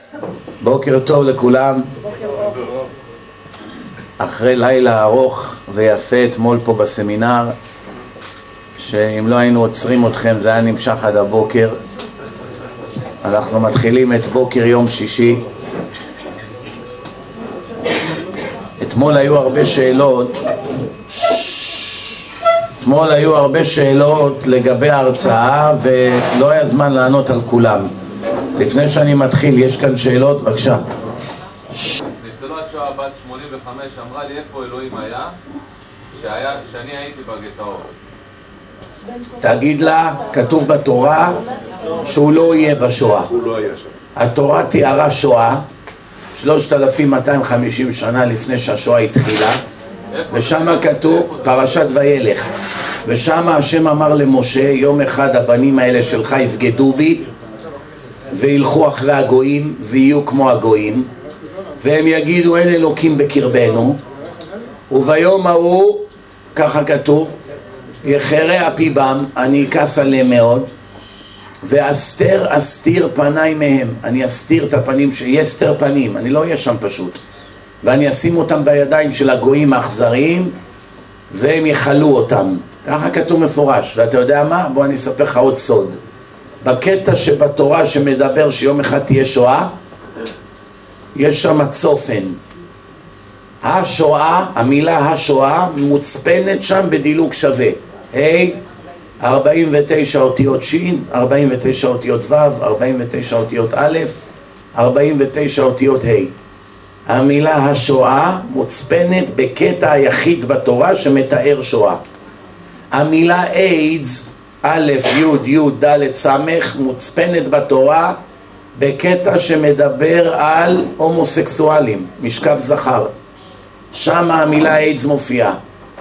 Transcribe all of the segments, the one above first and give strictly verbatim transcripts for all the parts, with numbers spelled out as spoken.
בוקר טוב לכולם. אחרי לילה ארוך ויפה אתמול פה בסמינר, שאם לא היינו עוצרים אתכם זה היה נמשך עד הבוקר. אנחנו מתחילים את בוקר יום שישי. אתמול היו הרבה שאלות אתמול היו הרבה שאלות לגבי ההרצאה ולא היה זמן לענות על כולם. לפני שאני מתחיל, יש כאן שאלות, בבקשה. ניצולת שואה בת שמונים וחמש אמרה לי איפה אלוהים היה, שהיה שאני הייתי בגטאות. תגיד לה, כתוב בתורה שהוא לא יהיה בשואה. התורה תיארה שואה שלושת אלפים מאתיים וחמישים שנה לפני שהשואה התחילה, ושם כתוב פרשת וילך, ושם השם אמר למשה, יום אחד הבנים האלה שלך יבגדו בי וילכו אחרי הגויים ויהיו כמו הגויים, והם יגידו אין אלוקים בקרבנו, וביום ההוא, ככה כתוב, יחרה אפיבם, אני אכעס עליהם מאוד, ואסתר אסתיר פניי מהם, אני אסתיר את הפנים, שיסתר פנים, אני לא אהיה שם פשוט, ואני אשים אותם בידיים של הגויים האכזריים והם יחלו אותם. ככה כתוב מפורש. ואתה יודע מה? בוא אני אספר לך עוד סוד. בקטע שבתורה שמדבר שיום אחד תהיה שואה, יש שם צופן. השואה, המילה השואה מוצפנת שם בדילוג שווה. היי, ארבעים ותשע אותיות שין, ארבעים ותשע אותיות וו, ארבעים ותשע אותיות א', ארבעים ותשע אותיות ה'. המילה השואה מוצפנת בקטע היחיד בתורה שמתאר שואה. המילה איידס, א', י', י', ד', ס', מוצפנת בתורה בקטע שמדבר על הומוסקסואלים, משכב זכר. שם המילה איידס מופיעה.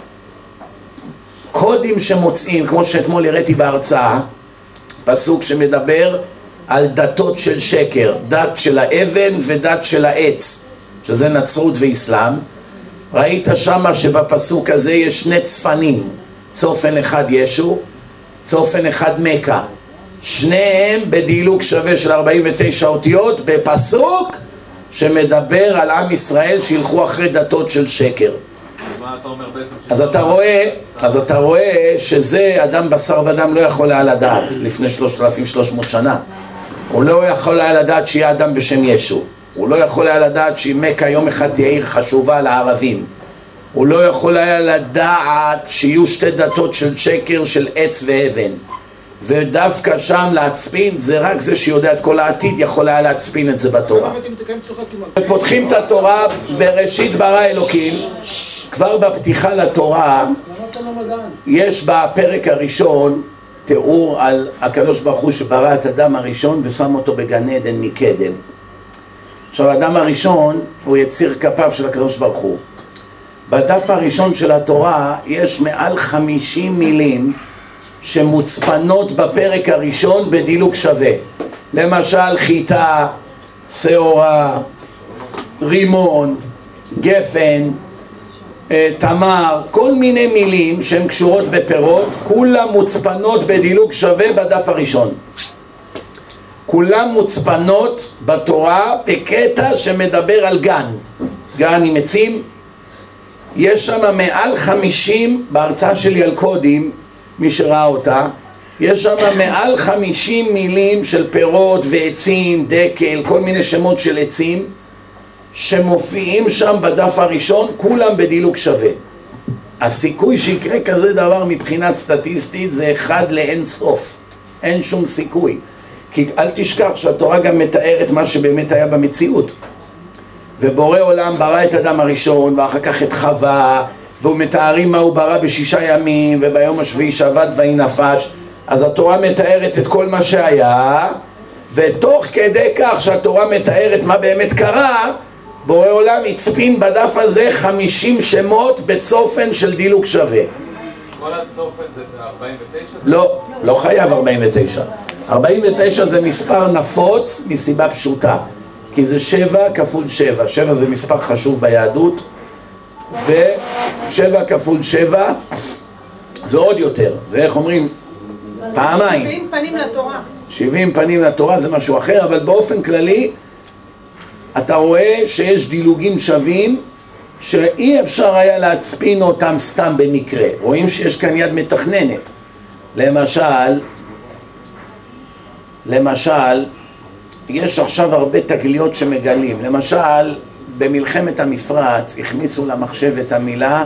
קודים שמוצאים, כמו שאתמול הראיתי בהרצאה, פסוק שמדבר על דתות של שקר, דת של האבן ודת של העץ, שזה נצרות ואסלאם. ראית שמה שבפסוק הזה יש שני צפנים, צופן אחד ישו, צופן אחד מקה, שניהם בדילוג שווה של ארבעים ותשע אותיות בפסוק שמדבר על עם ישראל שילכו אחרי דתות של שקר. מה אתה אומר בעצם? אז אתה רואה, אז אתה רואה שזה אדם בשר ודם לא יכול היה לדעת לפני שלושת אלפים ושלוש מאות שנה. הוא לא יכול היה לדעת שיהיה אדם בשם ישו. הוא לא יכול היה לדעת שמכה יום אחד תהיה עיר חשובה לערבים. הוא לא יכול היה לדעת שיהיו שתי דתות של שקר, של עץ ואבן. ודווקא שם להצפין, זה רק זה שיודע את כל העתיד יכול היה להצפין את זה בתורה. פותחים את התורה, בראשית ברא אלוקים, כבר בפתיחה לתורה, יש בפרק הראשון תיאור על הקדוש ברוך הוא שברא את אדם הראשון ושם אותו בגן עדן מקדם. עכשיו, האדם הראשון הוא יציר כפיו של הקדוש ברוך הוא. בדף הראשון של התורה יש מעל חמישים מילים שמוצפנות בפרק הראשון בדילוג שווה. למשל חיטה, שעורה, רימון, גפן, תמר, כל מיני מילים שהן קשורות בפירות, כולם מוצפנות בדילוג שווה בדף הראשון. כולם מוצפנות בתורה בקטע שמדבר על גן, גן עם עצים. יש שם מעל חמישים, בהרצאה שלי על קודים, מי שראה אותה, יש שם מעל חמישים מילים של פירות ועצים, דקל, כל מיני שמות של עצים שמופיעים שם בדף הראשון, כולם בדילוג שווה. הסיכוי שיקרה כזה דבר מבחינת סטטיסטית זה אחד לאין סוף, אין שום סיכוי. כי אל תשכח שהתורה גם מתארת מה שבאמת היה במציאות. ובורא עולם ברא את אדם הראשון ואחר כך את חווה, והוא מתארים מה הוא ברא בשישה ימים וביום השביעי שבת ויהי נפש. אז התורה מתארת את כל מה שהיה, ותוך כדי כך שהתורה מתארת מה באמת קרה, בורא עולם הצפין בדף הזה חמישים שמות בצופן של דילוג שווה. כל הצופן זה ארבעים ותשע? לא, לא חייב ארבעים ותשע. ארבעים ותשע זה מספר נפוץ מסיבה פשוטה, כי זה שבע כפול שבע. שבע זה מספר חשוב ביהדות, ושבע כפול שבע זה עוד יותר. זה איך אומרים? פעמיים. שבעים פנים לתורה. שבעים פנים לתורה זה משהו אחר, אבל באופן כללי אתה רואה שיש דילוגים שווים שאי אפשר היה להצפין אותם סתם במקרה. רואים שיש כאן יד מתכננת. למשל, למשל, יש עכשיו הרבה תגליות שמגלים. למשל, במלחמת המפרץ הכניסו למחשב את המילה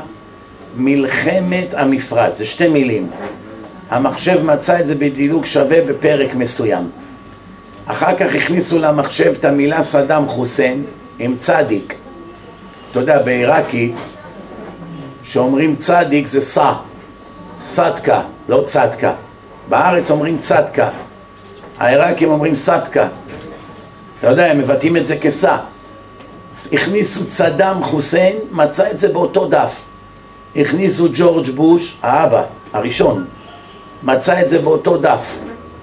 מלחמת המפרץ. זה שתי מילים. המחשב מצא את זה בדילוג שווה בפרק מסוים. אחר כך הכניסו למחשב את המילה סדאם חוסיין עם צדיק. אתה יודע, בעיראקית, שאומרים צדיק זה סא, סדקה, לא צדקה. בארץ אומרים צדקה, העיראקים אומרים סדקה. אתה יודע, הם מבטאים את זה כסא. הכניסו סדאם חוסיין, מצא את זה באותו דף. הכניסו ג'ורג' בוש, האבא, הראשון, מצא את זה באותו דף.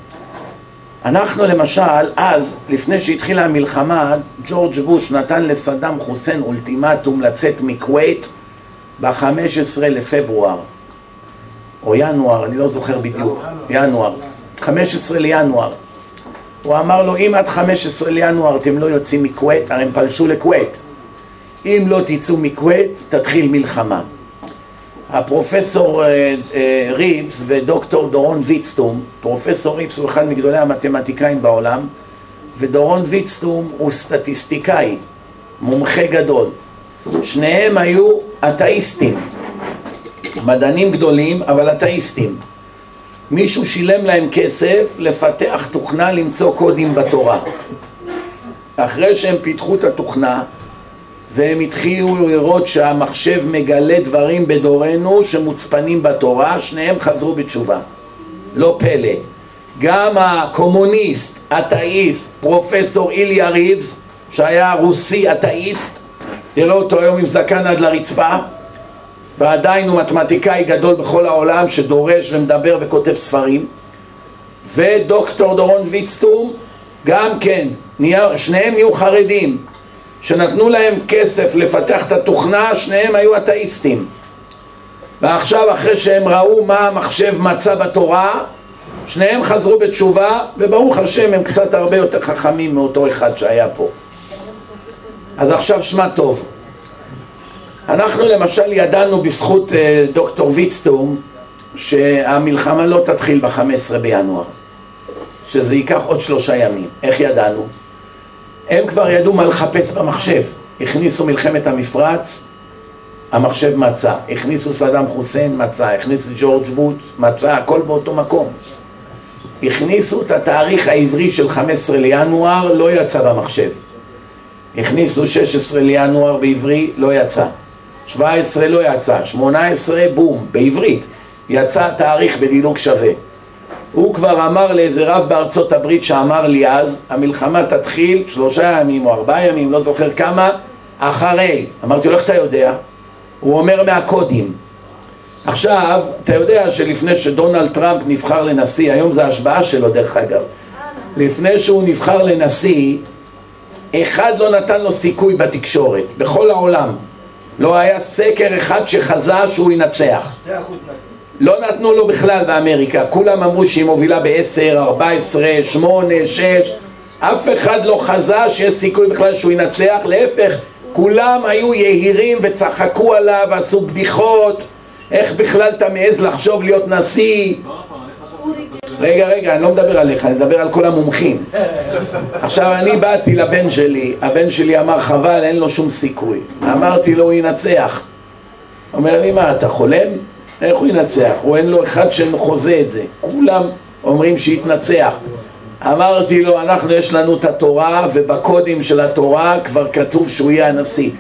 אנחנו למשל, אז, לפני שהתחילה המלחמה, ג'ורג' בוש נתן לסדאם חוסיין אולטימטום לצאת מכווית ב-חמישה עשר לפברואר, או ינואר, אני לא זוכר בדיוק, ינואר, חמישה עשר לינואר. הוא אמר לו, אם עד חמישה עשר לינואר אתם לא יוצאים מכווית, הרי הם פלשו לכווית. אם לא תצאו מכווית, תתחיל מלחמה. הפרופסור אה, אה, ריבס ודוקטור דורון ויצטום, פרופסור ריבס הוא אחד מגדולי המתמטיקאים בעולם, ודורון ויצטום הוא סטטיסטיקאי, מומחה גדול. שניהם היו אתאיסטים, מדענים גדולים אבל אתאיסטים. מישהו שילם להם כסף לפתח תוכנה למצוא קודים בתורה. אחרי שהם פיתחו את התוכנה והם התחילו לראות שהמחשב מגלה דברים בדורנו שמוצפנים בתורה, שניהם חזרו בתשובה. לא פלא. גם הקומוניסט, אתאיסט, פרופסור איליה ריבס, שהיה רוסי אתאיסט, תראו אותו היום עם זקן עד לרצפה, ועדיין הוא מתמטיקאי גדול בכל העולם שדורש ומדבר וכותב ספרים. ודוקטור דורון ויצטום, גם כן, שניהם יהיו חרדים. שנתנו להם כסף לפתח את התוכנה, שניהם היו אתאיסטים. ועכשיו אחרי שהם ראו מה המחשב מצא בתורה, שניהם חזרו בתשובה, וברוך השם הם קצת הרבה יותר חכמים מאותו אחד שהיה פה. אז עכשיו שמע טוב. אנחנו למשל ידענו בזכות אה, דוקטור ויצטום שהמלחמה לא תתחיל ב-חמישה עשר בינואר, שזה ייקח עוד שלושה ימים. איך ידענו? הם כבר ידעו מה לחפש במחשב. הכניסו מלחמת המפרץ, המחשב מצא. הכניסו סדאם חוסיין, מצא. הכניסו ג'ורג' בוש, מצא. הכל באותו מקום. הכניסו את התאריך העברי של חמישה עשר לינואר, לא יצא במחשב. הכניסו שישה עשר לינואר בעברי, לא יצא. שבע עשרה לא יצא. שמונה עשרה בום, בעברית. יצא תאריך בדילוג שווה. הוא כבר אמר לאיזה רב בארצות הברית שאמר לי אז, המלחמה תתחיל שלושה ימים או ארבעה ימים, לא זוכר כמה, אחרי. אמרתי לו, איך אתה יודע? הוא אומר מהקודים. עכשיו, אתה יודע שלפני שדונלד טראמפ נבחר לנשיא, היום זה ההשבעה שלו דרך אגב, לפני שהוא נבחר לנשיא, אחד לא נתן לו סיכוי בתקשורת, בכל העולם. לא היה סקר אחד שחזה שהוא ינצח. לא נתנו לו בכלל באמריקה, כולם אמרו שהיא מובילה ב-עשר, ארבע עשרה, שמונה, שש, אף אחד לא חזה שיש סיכוי בכלל שהוא ינצח, להפך, כולם היו יהירים וצחקו עליו, ועשו בדיחות, איך בכלל אתה מעז לחשוב להיות נשיא? רגע, רגע, אני לא מדבר עליך, אני מדבר על כל המומחים. עכשיו אני באתי לבן שלי, הבן שלי אמר חבל, אין לו שום סיכוי. אמרתי לו, הוא ינצח. אומר לי, מה, אתה חולם? איך הוא ינצח? הוא אין לו אחד שחוזה את זה. כולם אומרים שיתנצח. אמרתי לו, אנחנו יש לנו את התורה, ובקודים של התורה כבר כתוב שהוא יהיה הנשיא.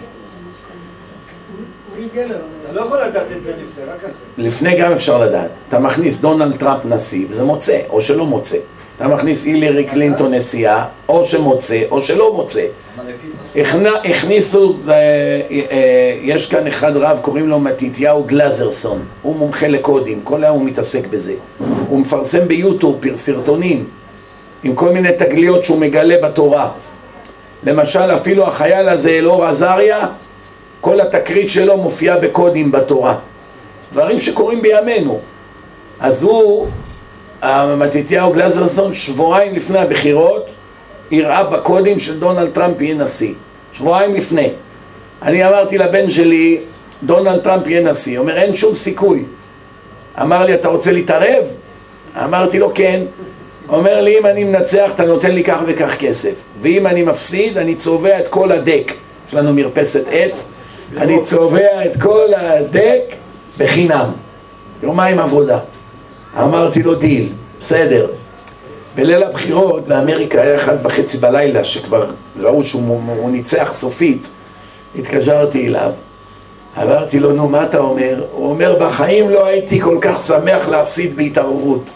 אתה לא יכול לדעת את זה לפני, רק אחרי. לפני גם אפשר לדעת. אתה מכניס דונלד טראמפ נשיא, וזה מוצא, או שלא מוצא. אתה מכניס הילרי קלינטון נשיאה, או שמוצא, או שלא מוצא. הכניסו, יש כאן אחד רב, קוראים לו מתתיהו גלזרסון. הוא מומחה לקודים, כל היום הוא מתעסק בזה. הוא מפרסם ביוטיוב סרטונים עם כל מיני תגליות שהוא מגלה בתורה. למשל, אפילו החייל הזה, אלאור עזריה, כל התקרית שלו מופיעה בקודים בתורה. דברים שקורים בימינו. אז הוא, מתתיהו גלזרסון, שבועיים לפני הבחירות, הראה בקודים של דונלד טראמפ יהיה נשיא. שבועיים לפני. אני אמרתי לבן שלי, דונלד טראמפ יהיה נשיא. אומר, אין שום סיכוי. אמר לי, אתה רוצה להתערב? אמרתי לו, כן. אומר לי, אם אני מנצח, אתה נותן לי כך וכך כסף. ואם אני מפסיד, אני צובע את כל הדק. יש לנו מרפסת עץ. אני צובע את כל הדק בחינם. יומיים עבודה. אמרתי לו, דיל. בסדר. בליל הבחירות באמריקה היה אחד וחצי בלילה, שכבר ראו שהוא ניצח סופית. התקשרתי אליו. אמרתי לו, נו, מה אתה אומר? הוא אומר, בחיים לא הייתי כל כך שמח להפסיד בהתערבות.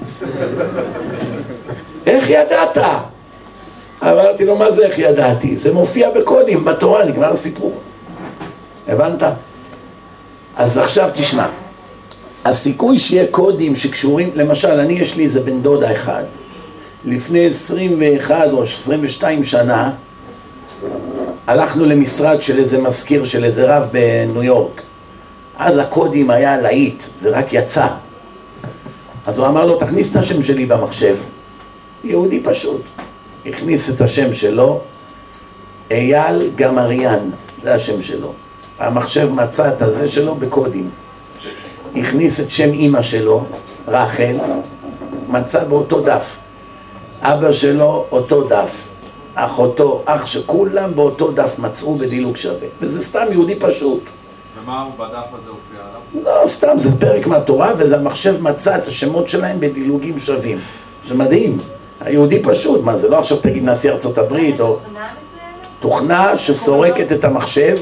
איך ידעת? אמרתי לו, מה זה איך ידעתי? זה מופיע בקודים, בתורה, נגמר הסיפור. הבנת? אז עכשיו תשמע. הסיכוי שיהיה קודים שקשורים, למשל, אני יש לי איזה בן דודה אחד. לפני עשרים ואחת או עשרים ושתיים שנה, הלכנו למשרד של איזה מזכיר של איזה רב בניו יורק. אז הקודים היה להיט, זה רק יצא. אז הוא אמר לו, תכניס את השם שלי במחשב. יהודי פשוט. הכניס את השם שלו, אייל גמריאן, זה השם שלו. המחשב מצא את הזה שלו בקודים. הכניס את שם אמא שלו, רחל, מצא באותו דף. אבא שלו אותו דף. אחותו, אח שכולם באותו דף מצאו בדילוג שווה. וזה סתם יהודי פשוט. ומה הוא בדף הזה הופיע עליו? לא, סתם, זה פרק מהתורה, וזה המחשב מצא את השמות שלהם בדילוגים שווים. זה מדהים. היהודי פשוט, מה זה לא עכשיו תגיד נשיא ארצות הברית או... תוכנה שסורקת את המחשב,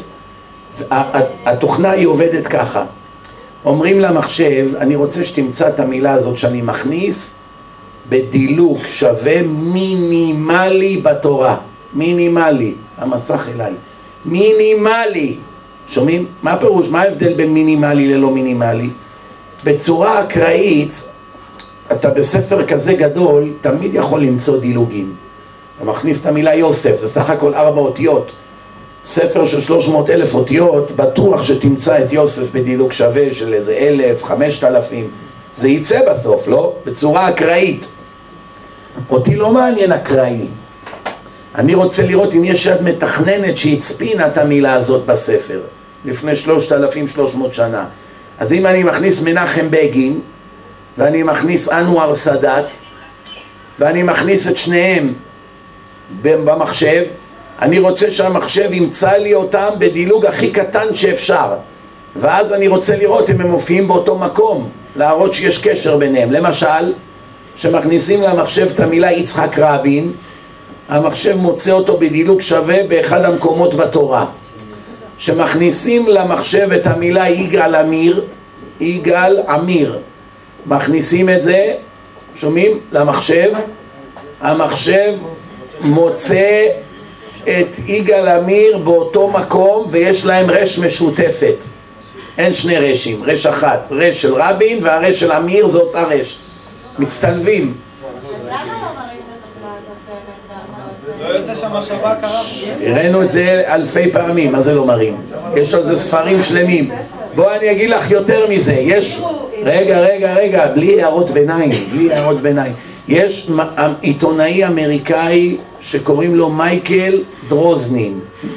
התוכנה היא עובדת ככה. אומרים למחשב, אני רוצה שתמצא את המילה הזאת שאני מכניס בדילוג שווה מינימלי בתורה. מינימלי. המסך אליי. מינימלי. שומעים? מה פירוש? מה ההבדל בין מינימלי ללא מינימלי? בצורה אקראית, אתה בספר כזה גדול, תמיד יכול למצוא דילוגים. אתה מכניס את המילה יוסף, זה סך הכל ארבע אותיות. ספר של שלוש מאות אלף אותיות, בטוח שתמצא את יוסף בדילוג שווה של איזה אלף, חמשת אלפים. זה יצא בסוף, לא? בצורה אקראית. אותי לא מעניין אקראי. אני רוצה לראות אם יש יד מתכננת שהצפינה את המילה הזאת בספר, לפני שלושת אלפים ושלוש מאות שנה. אז אם אני מכניס מנחם בגין, ואני מכניס אנואר סאדאת, ואני מכניס את שניהם במחשב, אני רוצה שהמחשב ימצא לי אותם בדילוג הכי קטן שאפשר. ואז אני רוצה לראות אם הם מופיעים באותו מקום, להראות שיש קשר ביניהם. למשל, שמכניסים למחשב את המילה יצחק רבין, המחשב מוצא אותו בדילוג שווה באחד המקומות בתורה. שמכניסים למחשב את המילה יגאל עמיר, יגאל עמיר, מכניסים את זה, שומעים? למחשב, המחשב מוצא את יגאל עמיר באותו מקום ויש להם רש משותפת. אין שני רשים, רש אחת, רש של רבין והרש של עמיר זה אותה רש. מצטלבים. אז למה לא מראים את התוכנה הזאת באמת? לא יוצא שם השב"כ הרב? הראינו את זה אלפי פעמים, מה זה לא מראים? יש על זה ספרים שלמים. בוא אני אגיד לך יותר מזה, יש... רגע, רגע, רגע, בלי הערות ביניים, בלי הערות ביניים. יש עיתונאי אמריקאי שקוראים לו מייקל דרוזנין.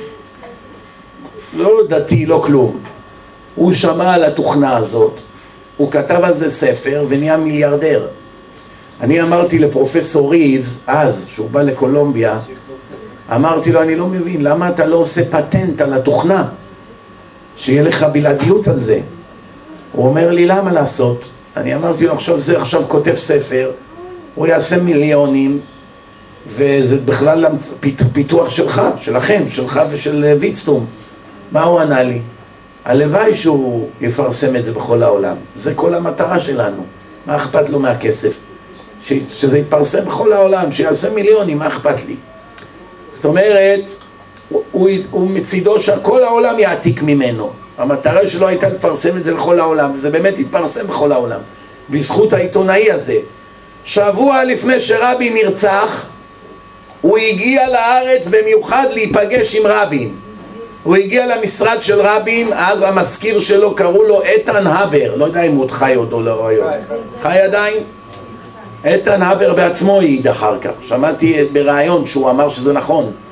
לא דתי, לא כלום. הוא שמע על התוכנה הזאת, הוא כתב על זה ספר ונהיה מיליארדר. אני אמרתי לפרופסור ריבס, אז, שהוא בא לקולומביה, אמרתי לו, אני לא מבין, למה אתה לא עושה פטנט על התוכנה? שיהיה לך בלעדיות על זה. הוא אומר לי, למה לעשות? אני אמרתי לו, עכשיו זה עכשיו כותב ספר, הוא יעשה מיליונים, וזה בכלל פיתוח שלך, שלכם, שלך ושל ויצטום. מה הוא ענה לי? הלוואי שהוא יפרסם את זה בכל העולם. זה כל המטרה שלנו. מה אכפת לו מהכסף? ש... שזה יתפרסם בכל העולם, שיעשה מיליונים, מה אכפת לי? זאת אומרת, הוא, הוא, הוא מצידו שכל העולם יעתיק ממנו. המטרה שלו הייתה לפרסם את זה לכל העולם, וזה באמת יתפרסם בכל העולם. בזכות העיתונאי הזה. שבוע לפני שרבין נרצח, הוא הגיע לארץ במיוחד להיפגש עם רבין. הוא הגיע למשרד של רבין, אז המזכיר שלו קראו לו איתן הבר, לא יודע אם הוא עוד חי עוד או לא היום. חי עדיין? איתן הבר בעצמו העיד אחר כך, שמעתי ברעיון שהוא אמר שזה נכון.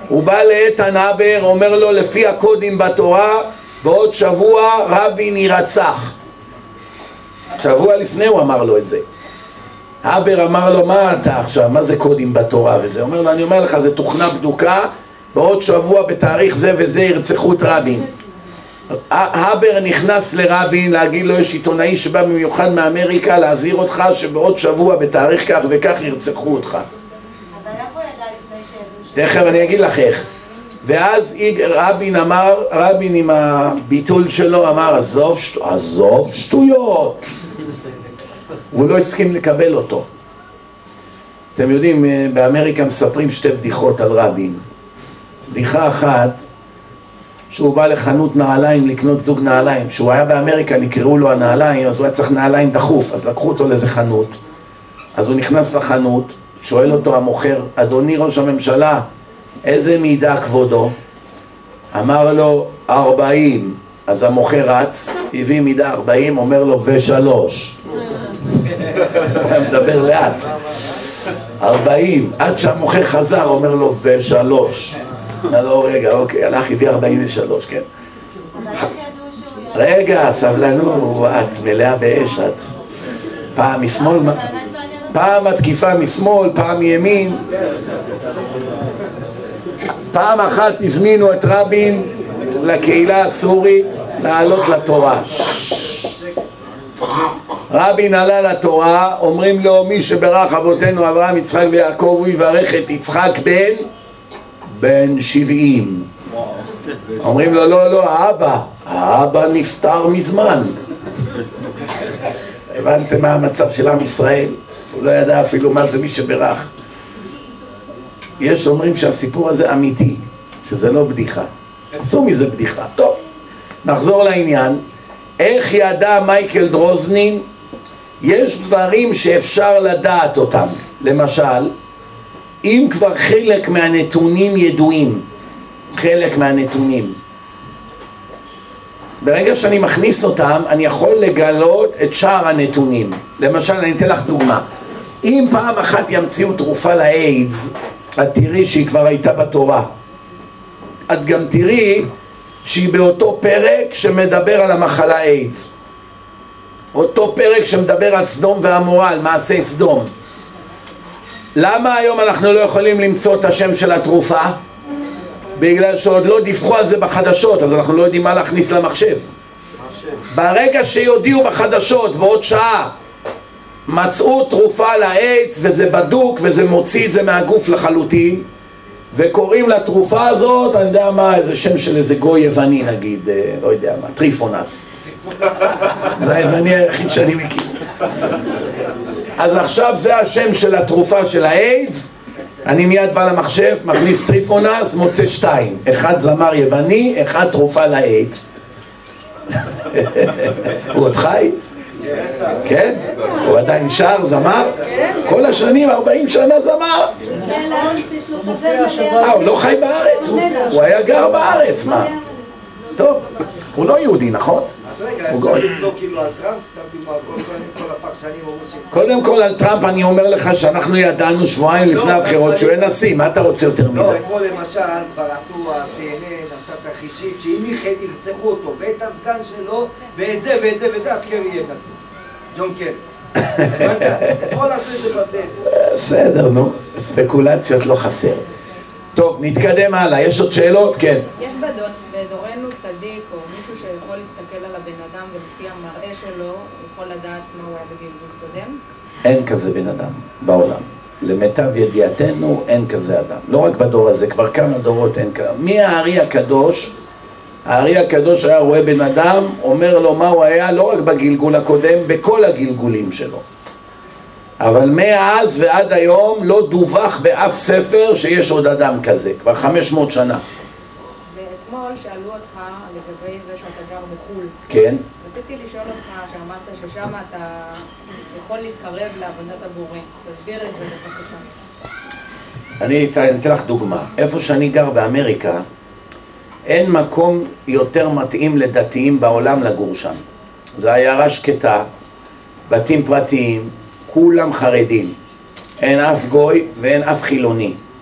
הוא בא לאיתן הבר, אומר לו לפי הקודים בתורה בעוד שבוע רבין יירצח. שבוע לפני הוא אמר לו את זה. הבר אמר לו, מה אתה עכשיו, מה זה קודים בתורה וזה? אומר לו, אני אומר לך, זה תוכנה בדוקה, בעוד שבוע בתאריך זה וזה ירצחו את רבין. הבר נכנס לרבין להגיד לו, יש עיתונאי שבא במיוחד מאמריקה להזהיר אותך שבעוד שבוע בתאריך כך וכך ירצחו אותך. אבל איך הוא ידע לפני שידעו ש... תכף אני אגיד לך איך. ואז רבין אמר, רבין עם הביטול שלו אמר, עזוב, שט... עזוב שטויות. והוא לא הסכים לקבל אותו. אתם יודעים, באמריקה מספרים שתי בדיחות על רבין. בדיחה אחת, שהוא בא לחנות נעליים לקנות זוג נעליים. כשהוא היה באמריקה נקראו לו הנעליים, אז הוא היה צריך נעליים דחוף, אז לקחו אותו לאיזה חנות. אז הוא נכנס לחנות, שואל אותו המוכר, אדוני ראש הממשלה, איזה מידה כבודו? אמר לו, ארבעים. אז המוכר רץ, הביא מידה ארבעים, אומר לו, ושלוש. הוא מדבר לאט. ארבעים, עד שהמוכר חזר, אומר לו, ושלוש. אמר לו, רגע, אוקיי, הלך, הביא ארבעים ושלוש, כן. רגע, סבלנו, את מלאה באש, את. פעם משמאל, פעם התקיפה משמאל, פעם מימין. פעם אחת הזמינו את רבין לקהילה הסורית לעלות לתורה. רבין עלה לתורה, אומרים לו, מי שברך אבותינו אברהם, יצחק ויעקב, הוא יברך את יצחק בן בן שבעים. אומרים לו, לא, לא, האבא, האבא נפטר מזמן. הבנתם מה המצב של עם ישראל? הוא לא ידע אפילו מה זה מי שברך. יש אומרים שהסיפור הזה אמיתי, שזה לא בדיחה. עשו מזה בדיחה. טוב, נחזור לעניין. איך ידע מייקל דרוזנין? יש דברים שאפשר לדעת אותם. למשל, אם כבר חלק מהנתונים ידועים, חלק מהנתונים, ברגע שאני מכניס אותם, אני יכול לגלות את שאר הנתונים. למשל, אני אתן לך דוגמה. אם פעם אחת ימציאו תרופה לאיידס, את תראי שהיא כבר הייתה בתורה. את גם תראי שהיא באותו פרק שמדבר על המחלה איידס. אותו פרק שמדבר על סדום ועמורה, על מעשי סדום. למה היום אנחנו לא יכולים למצוא את השם של התרופה? בגלל שעוד לא דיווחו על זה בחדשות, אז אנחנו לא יודעים מה להכניס למחשב. ברגע שיודיעו בחדשות, בעוד שעה, מצאו תרופה לאיידס, וזה בדוק, וזה מוציא את זה מהגוף לחלוטין, וקוראים לתרופה הזאת, אני יודע מה, איזה שם של איזה גוי יווני נגיד, לא יודע מה, טריפונס. זה היווני היחיד שאני מכיר. אז עכשיו זה השם של התרופה של האיידס, אני מיד בא למחשב, מכניס טריפונס, מוצא שתיים. אחד זמר יווני, אחד תרופה לאיידס. הוא עוד חי? כן? הוא עדיין שר, זמר? כל השנים, ארבעים שנה זמר. אה, הוא לא חי בארץ, הוא היה גר בארץ, מה? טוב, הוא לא יהודי, נכון? אז רגע, אפשר למצוא כאילו על טראמפ, כל הפרשנים אומרים ש... קודם כל על טראמפ אני אומר לך שאנחנו ידענו שבועיים לפני הבחירות שהוא יהיה נשיא, מה אתה רוצה יותר מזה? לא, כמו למשל, כבר עשו ה-סי אן אן, עשה תרחישים, שאם ירצחו אותו ואת הסגן שלו, ואת זה ואת זה ואת זה, אז קרי יהיה נשיא. ג'ון קרי. בוא נעשה את זה בסדר. בסדר, נו, ספקולציות לא חסר. טוב, נתקדם הלאה, יש עוד שאלות? כן. יש בדון, בדורנו צדיק או מישהו שיכול להסתכל על הבן אדם ולפי המראה שלו, הוא יכול לדעת מה הוא היה בגלגול קודם? אין כזה בן אדם בעולם. למיטב ידיעתנו אין כזה אדם. לא רק בדור הזה, כבר כמה דורות אין כזה. מי הארי הקדוש? הארי הקדוש היה רואה בן אדם, אומר לו מה הוא היה, לא רק בגלגול הקודם, בכל הגלגולים שלו. אבל מאז ועד היום לא דווח באף ספר שיש עוד אדם כזה, כבר חמש מאות שנה. ואתמול שאלו אותך לגבי זה שאתה גר בחול. כן. רציתי לשאול אותך שאמרת ששם אתה יכול להתקרב לעבודת הבורא. תסביר את זה בבקשה. אני אתן לך דוגמה. איפה שאני גר באמריקה, אין מקום יותר מתאים לדתיים בעולם לגור שם. זו עיירה שקטה, בתים פרטיים, כולם חרדים. אין אף גוי ואין אף חילוני.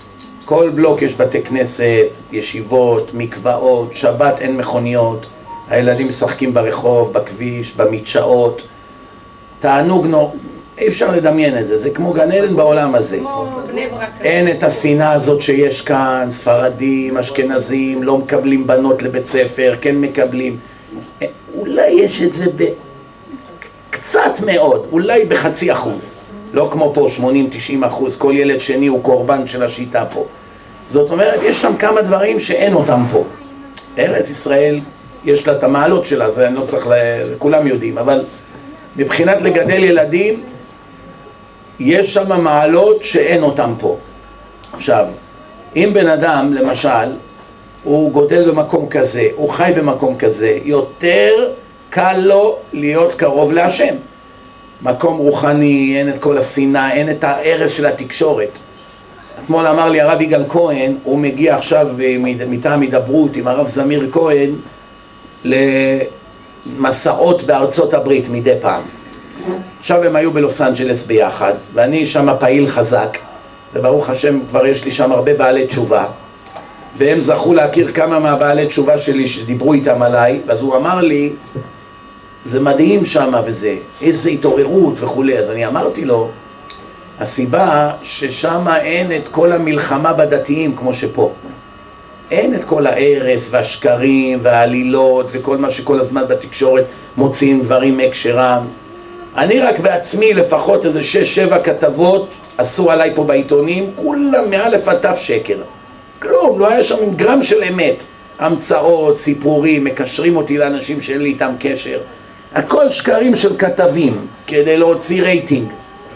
כל בלוק יש בתי כנסת, ישיבות, מקוואות, שבת אין מכוניות, הילדים משחקים ברחוב, בכביש, במדשאות, תענוג נו, אי אפשר לדמיין את זה, זה כמו גן עדן בעולם הזה. אין את השנאה הזאת שיש כאן, ספרדים, אשכנזים, לא מקבלים בנות לבית ספר, כן מקבלים. אולי יש את זה בקצת מאוד, אולי בחצי אחוז. לא כמו פה, שמונים תשעים אחוז, כל ילד שני הוא קורבן של השיטה פה. זאת אומרת, יש שם כמה דברים שאין אותם פה. ארץ ישראל, יש לה את המעלות שלה, זה אני לא צריך, כולם יודעים, אבל מבחינת לגדל ילדים, יש שם מעלות שאין אותם פה. עכשיו, אם בן אדם, למשל, הוא גודל במקום כזה, הוא חי במקום כזה, יותר קל לו להיות קרוב להשם. מקום רוחני, אין את כל השנאה, אין את הערס של התקשורת. אתמול אמר לי הרב יגאל כהן, הוא מגיע עכשיו מטעם הידברות עם הרב זמיר כהן למסעות בארצות הברית מדי פעם. עכשיו הם היו בלוס אנג'לס ביחד, ואני שם פעיל חזק, וברוך השם כבר יש לי שם הרבה בעלי תשובה, והם זכו להכיר כמה מהבעלי תשובה שלי שדיברו איתם עליי, אז הוא אמר לי, זה מדהים שם וזה, איזה התעוררות וכולי. אז אני אמרתי לו, הסיבה ששם אין את כל המלחמה בדתיים כמו שפה. אין את כל ההרס והשקרים והעלילות וכל מה שכל הזמן בתקשורת מוצאים דברים מהקשרם. אני רק בעצמי לפחות איזה שש שבע כתבות עשו עליי פה בעיתונים, כולם מאלף עד תף שקר. כלום, לא היה שם גרם של אמת. המצאות, סיפורים, מקשרים אותי לאנשים שאין לי איתם קשר. הכל שקרים של כתבים, כדי להוציא רייטינג.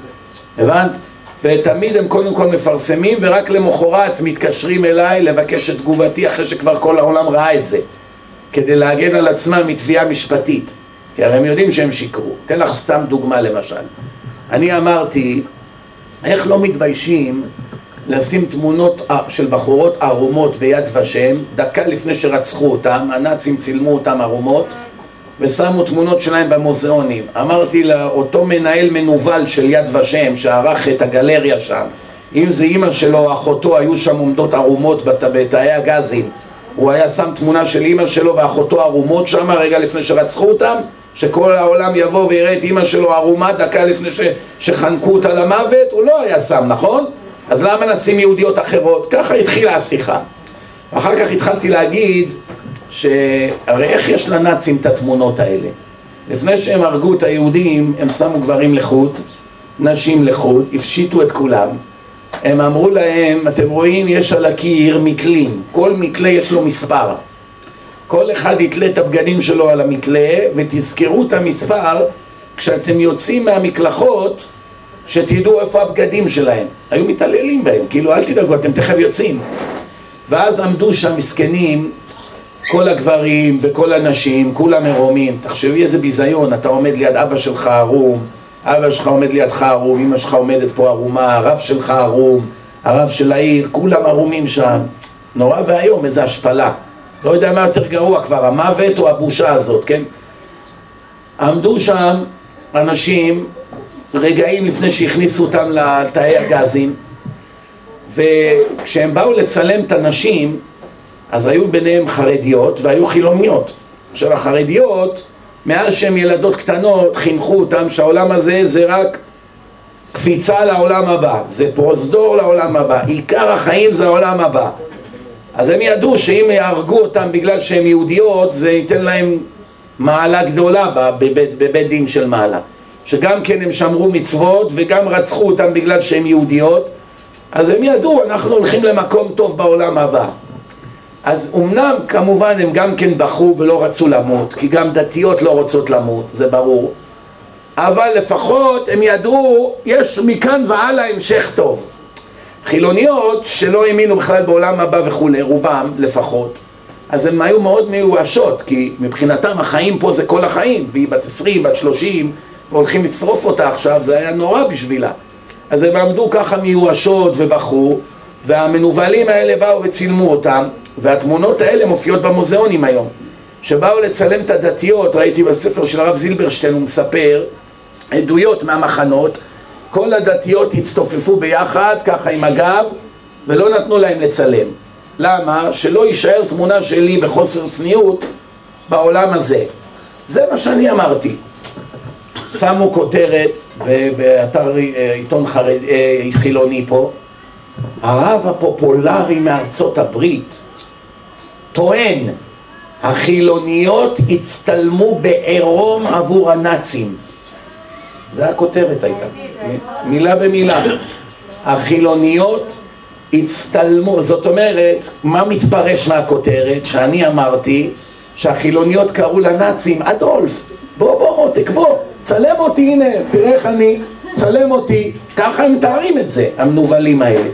הבנת? ותמיד הם קודם כל מפרסמים, ורק למחרת מתקשרים אליי לבקש את תגובתי אחרי שכבר כל העולם ראה את זה. כדי להגן על עצמם מתביעה משפטית. כי הרי הם יודעים שהם שיקרו. אתן לך סתם דוגמה למשל. אני אמרתי, איך לא מתביישים לשים תמונות של בחורות ערומות ביד ושם, דקה לפני שרצחו אותם, הנאצים צילמו אותם ערומות, ושמו תמונות שלהם במוזיאונים. אמרתי לאותו מנהל מנובל של יד ושם שערך את הגלריה שם, אם זה אמא שלו או אחותו היו שם עומדות ערומות בתאי הגזים, הוא היה שם תמונה של אמא שלו ואחותו ערומות שם רגע לפני שרצחו אותם, שכל העולם יבוא ויראה את אמא שלו ערומה דקה לפני ש... שחנקו אותה למוות, הוא לא היה שם, נכון? אז למה נשים יהודיות אחרות? ככה התחילה השיחה. ואחר כך התחלתי להגיד שהרי איך יש לנאצים את התמונות האלה? לפני שהם הרגו את היהודים, הם שמו גברים לחוד, נשים לחוד, הפשיטו את כולם. הם אמרו להם, אתם רואים, יש על הקיר מתלים, כל מתלה יש לו מספר. כל אחד יתלה את הבגדים שלו על המתלה, ותזכרו את המספר כשאתם יוצאים מהמקלחות, שתדעו איפה הבגדים שלהם. היו מתעללים בהם, כאילו אל תדאגו, אתם תכף יוצאים. ואז עמדו שם מסכנים, כל הגברים וכל הנשים, כולם מרומים. תחשבי איזה ביזיון, אתה עומד ליד אבא שלך ערום, אבא שלך עומד לידך ערום, אמא שלך עומדת פה ערומה, הרב שלך ערום, הרב של העיר, כולם ערומים שם. נורא והיום, איזה השפלה. לא יודע מה יותר גרוע כבר, המוות או הבושה הזאת, כן? עמדו שם אנשים רגעים לפני שהכניסו אותם לתאי הגזים, וכשהם באו לצלם את הנשים, אז היו ביניהם חרדיות והיו חילוניות. עכשיו החרדיות, מאז שהן ילדות קטנות, חינכו אותם שהעולם הזה זה רק קפיצה לעולם הבא, זה פרוזדור לעולם הבא, עיקר החיים זה העולם הבא. אז הם ידעו שאם יהרגו אותם בגלל שהן יהודיות, זה ייתן להם מעלה גדולה בבית, בבית דין של מעלה. שגם כן הם שמרו מצוות וגם רצחו אותם בגלל שהן יהודיות, אז הם ידעו, אנחנו הולכים למקום טוב בעולם הבא. אז אמנם כמובן הם גם כן בחרו ולא רצו למות, כי גם דתיות לא רוצות למות, זה ברור. אבל לפחות הם ידעו, יש מכאן והלאה המשך טוב. חילוניות שלא האמינו בכלל בעולם הבא וכולי, רובם לפחות, אז הם היו מאוד מיואשות, כי מבחינתם החיים פה זה כל החיים, והיא בת עשרים, בת שלושים, והולכים לצרוף אותה עכשיו, זה היה נורא בשבילה. אז הם עמדו ככה מיואשות ובחרו, והמנובלים האלה באו וצילמו אותם, והתמונות האלה מופיעות במוזיאונים היום. שבאו לצלם את הדתיות, ראיתי בספר של הרב זילברשטיין, הוא מספר עדויות מהמחנות, כל הדתיות הצטופפו ביחד, ככה עם הגב, ולא נתנו להם לצלם. למה? שלא יישאר תמונה שלי בחוסר צניעות בעולם הזה. זה מה שאני אמרתי. שמו כותרת באתר עיתון חרד, חילוני פה, הרב הפופולרי מארצות הברית טוען, החילוניות הצטלמו בעירום עבור הנאצים. זה הכותרת הייתה, מילה במילה. החילוניות הצטלמו, זאת אומרת, מה מתפרש מהכותרת? שאני אמרתי שהחילוניות קראו לנאצים, אדולף, בוא בוא מותק, בוא, צלם אותי, הנה, תראה איך אני, צלם אותי. ככה הם מתארים את זה, המנובלים האלה.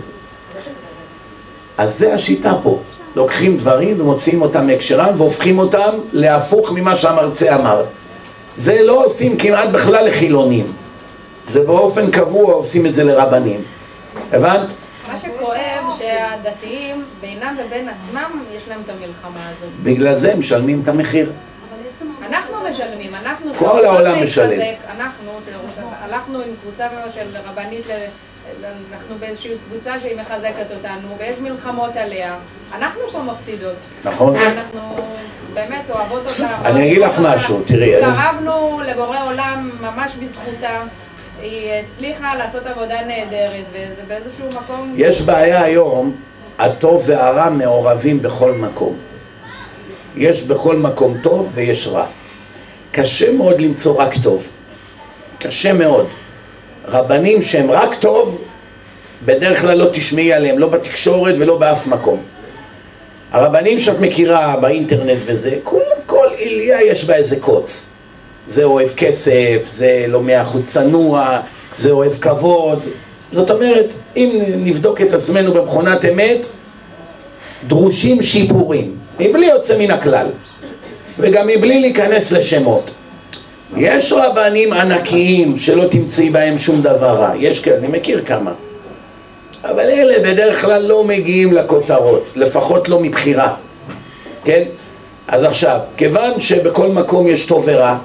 אז זה השיטה פה. לוקחים דברים ומוציאים אותם מהקשרם והופכים אותם להפוך ממה שהמרצה אמר. זה לא עושים כמעט בכלל לחילונים. זה באופן קבוע עושים את זה לרבנים. הבנת? מה שכואב שהדתיים בינם ובין עצמם יש להם את המלחמה הזאת. בגלל זה משלמים את המחיר. אנחנו משלמים, אנחנו... כל העולם משלם. אנחנו, הלכנו עם קבוצה של רבנית, אנחנו באיזושהי קבוצה שהיא מחזקת אותנו, ויש מלחמות עליה. אנחנו פה מפסידות. נכון. אנחנו באמת אוהבות אותה. אני אגיד לך משהו, תראי. קרבנו לבורא עולם ממש בזכותה. היא הצליחה לעשות עבודה נהדרת, וזה באיזשהו מקום... יש בעיה היום, הטוב והרע מעורבים בכל מקום. יש בכל מקום טוב ויש רע. קשה מאוד למצוא רק טוב. קשה מאוד. רבנים שהם רק טוב, בדרך כלל לא תשמעי עליהם, לא בתקשורת ולא באף מקום. הרבנים שאת מכירה באינטרנט וזה, כל, כל עיליה יש בה איזה קוץ. זה אוהב כסף, זה לא מאה אחוז צנוע, זה אוהב כבוד. זאת אומרת, אם נבדוק את עצמנו במכונת אמת, דרושים שיפורים, מבלי יוצא מן הכלל, וגם מבלי להיכנס לשמות. יש רבנים ענקיים שלא תמצאי בהם שום דבר רע, יש כאלה, אני מכיר כמה, אבל אלה בדרך כלל לא מגיעים לכותרות, לפחות לא מבחירה, כן? אז עכשיו, כיוון שבכל מקום יש טוב ורע,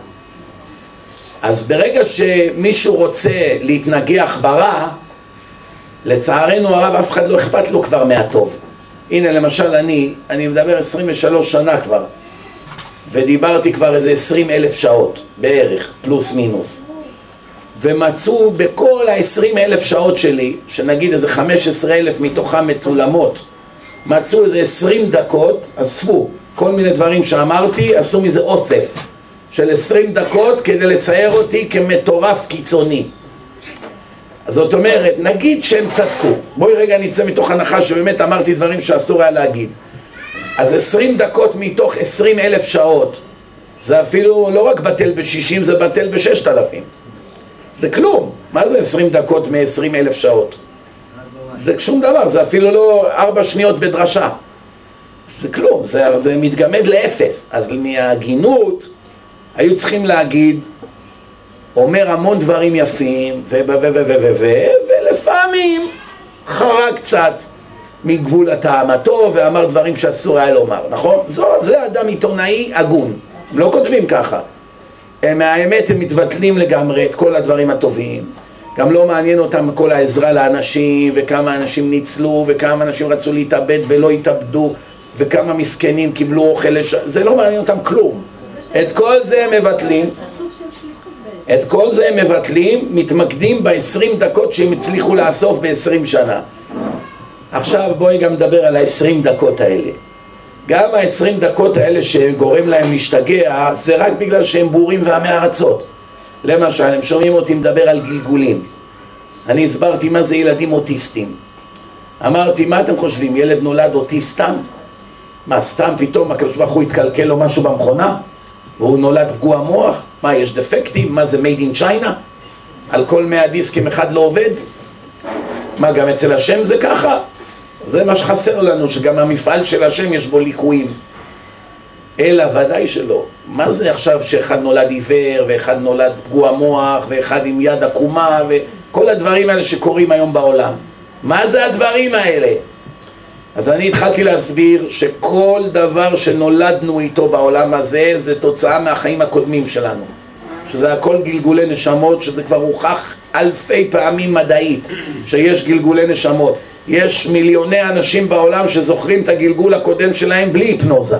אז ברגע שמישהו רוצה להתנגח ברע, לצערנו הרב אף אחד לא אכפת לו כבר מהטוב. הנה למשל אני, אני מדבר עשרים ושלוש שנה כבר, ודיברתי כבר איזה עשרים אלף שעות בערך, פלוס מינוס, ומצאו בכל ה-עשרים אלף שעות שלי, שנגיד איזה חמש עשרה אלף מתוכם מצולמות, מצאו איזה עשרים דקות, אספו כל מיני דברים שאמרתי, עשו מזה אוסף של עשרים דקות כדי לצייר אותי כמטורף קיצוני. אז זאת אומרת, נגיד שהם צדקו, בואי רגע נצא מתוך הנחה שבאמת אמרתי דברים שאסור היה להגיד. אז עשרים דקות מתוך עשרים אלף שעות, זה אפילו לא רק בטל ב-שישים, זה בטל ב-ששת אלפים. זה כלום. מה זה עשרים דקות מ-עשרים אלף שעות? זה שום דבר, זה אפילו לא ארבע שניות בדרשה. זה כלום, זה, זה מתגמד לאפס. אז מההגינות היו צריכים להגיד, אומר המון דברים יפים, ו ו ו ו ו ו ולפעמים חרג קצת מגבול הטעמתו ואמר דברים שאסור היה לומר, נכון? זו, זה אדם עיתונאי הגון, הם לא כותבים ככה. הם, מהאמת הם מתבטלים לגמרי את כל הדברים הטובים, גם לא מעניין אותם כל העזרה לאנשים, וכמה אנשים ניצלו, וכמה אנשים רצו להתאבד ולא התאבדו, וכמה מסכנים קיבלו אוכל לש... זה לא מעניין אותם כלום. את כל זה הם מבטלים. את כל זה הם מבטלים, מתמקדים ב-עשרים דקות שהם הצליחו לאסוף ב-עשרים שנה. עכשיו בואי גם נדבר על ה-עשרים דקות האלה. גם ה-עשרים דקות האלה שגורם להם להשתגע, זה רק בגלל שהם בורים ועמי ארצות. למשל, הם שומעים אותי מדבר על גלגולים. אני הסברתי מה זה ילדים אוטיסטים. אמרתי, מה אתם חושבים? ילד נולד אוטיסט סתם? מה, סתם פתאום הקדוש ברוך הוא התקלקל לו משהו במכונה? והוא נולד פגוע מוח? מה, יש דפקטים? מה זה made in China? על כל מאה דיסקים אחד לא עובד? מה, גם אצל השם זה ככה? זה מה שחסר לנו, שגם המפעל של השם יש בו ליקויים. אלא ודאי שלא. מה זה עכשיו שאחד נולד עיוור, ואחד נולד פגוע מוח, ואחד עם יד עקומה, וכל הדברים האלה שקורים היום בעולם? מה זה הדברים האלה? אז אני התחלתי להסביר שכל דבר שנולדנו איתו בעולם הזה זה תוצאה מהחיים הקודמים שלנו, שזה הכל גלגולי נשמות, שזה כבר הוכח אלפי פעמים מדעית שיש גלגולי נשמות. יש מיליוני אנשים בעולם שזוכרים את הגלגול הקודם שלהם בלי היפנוזה,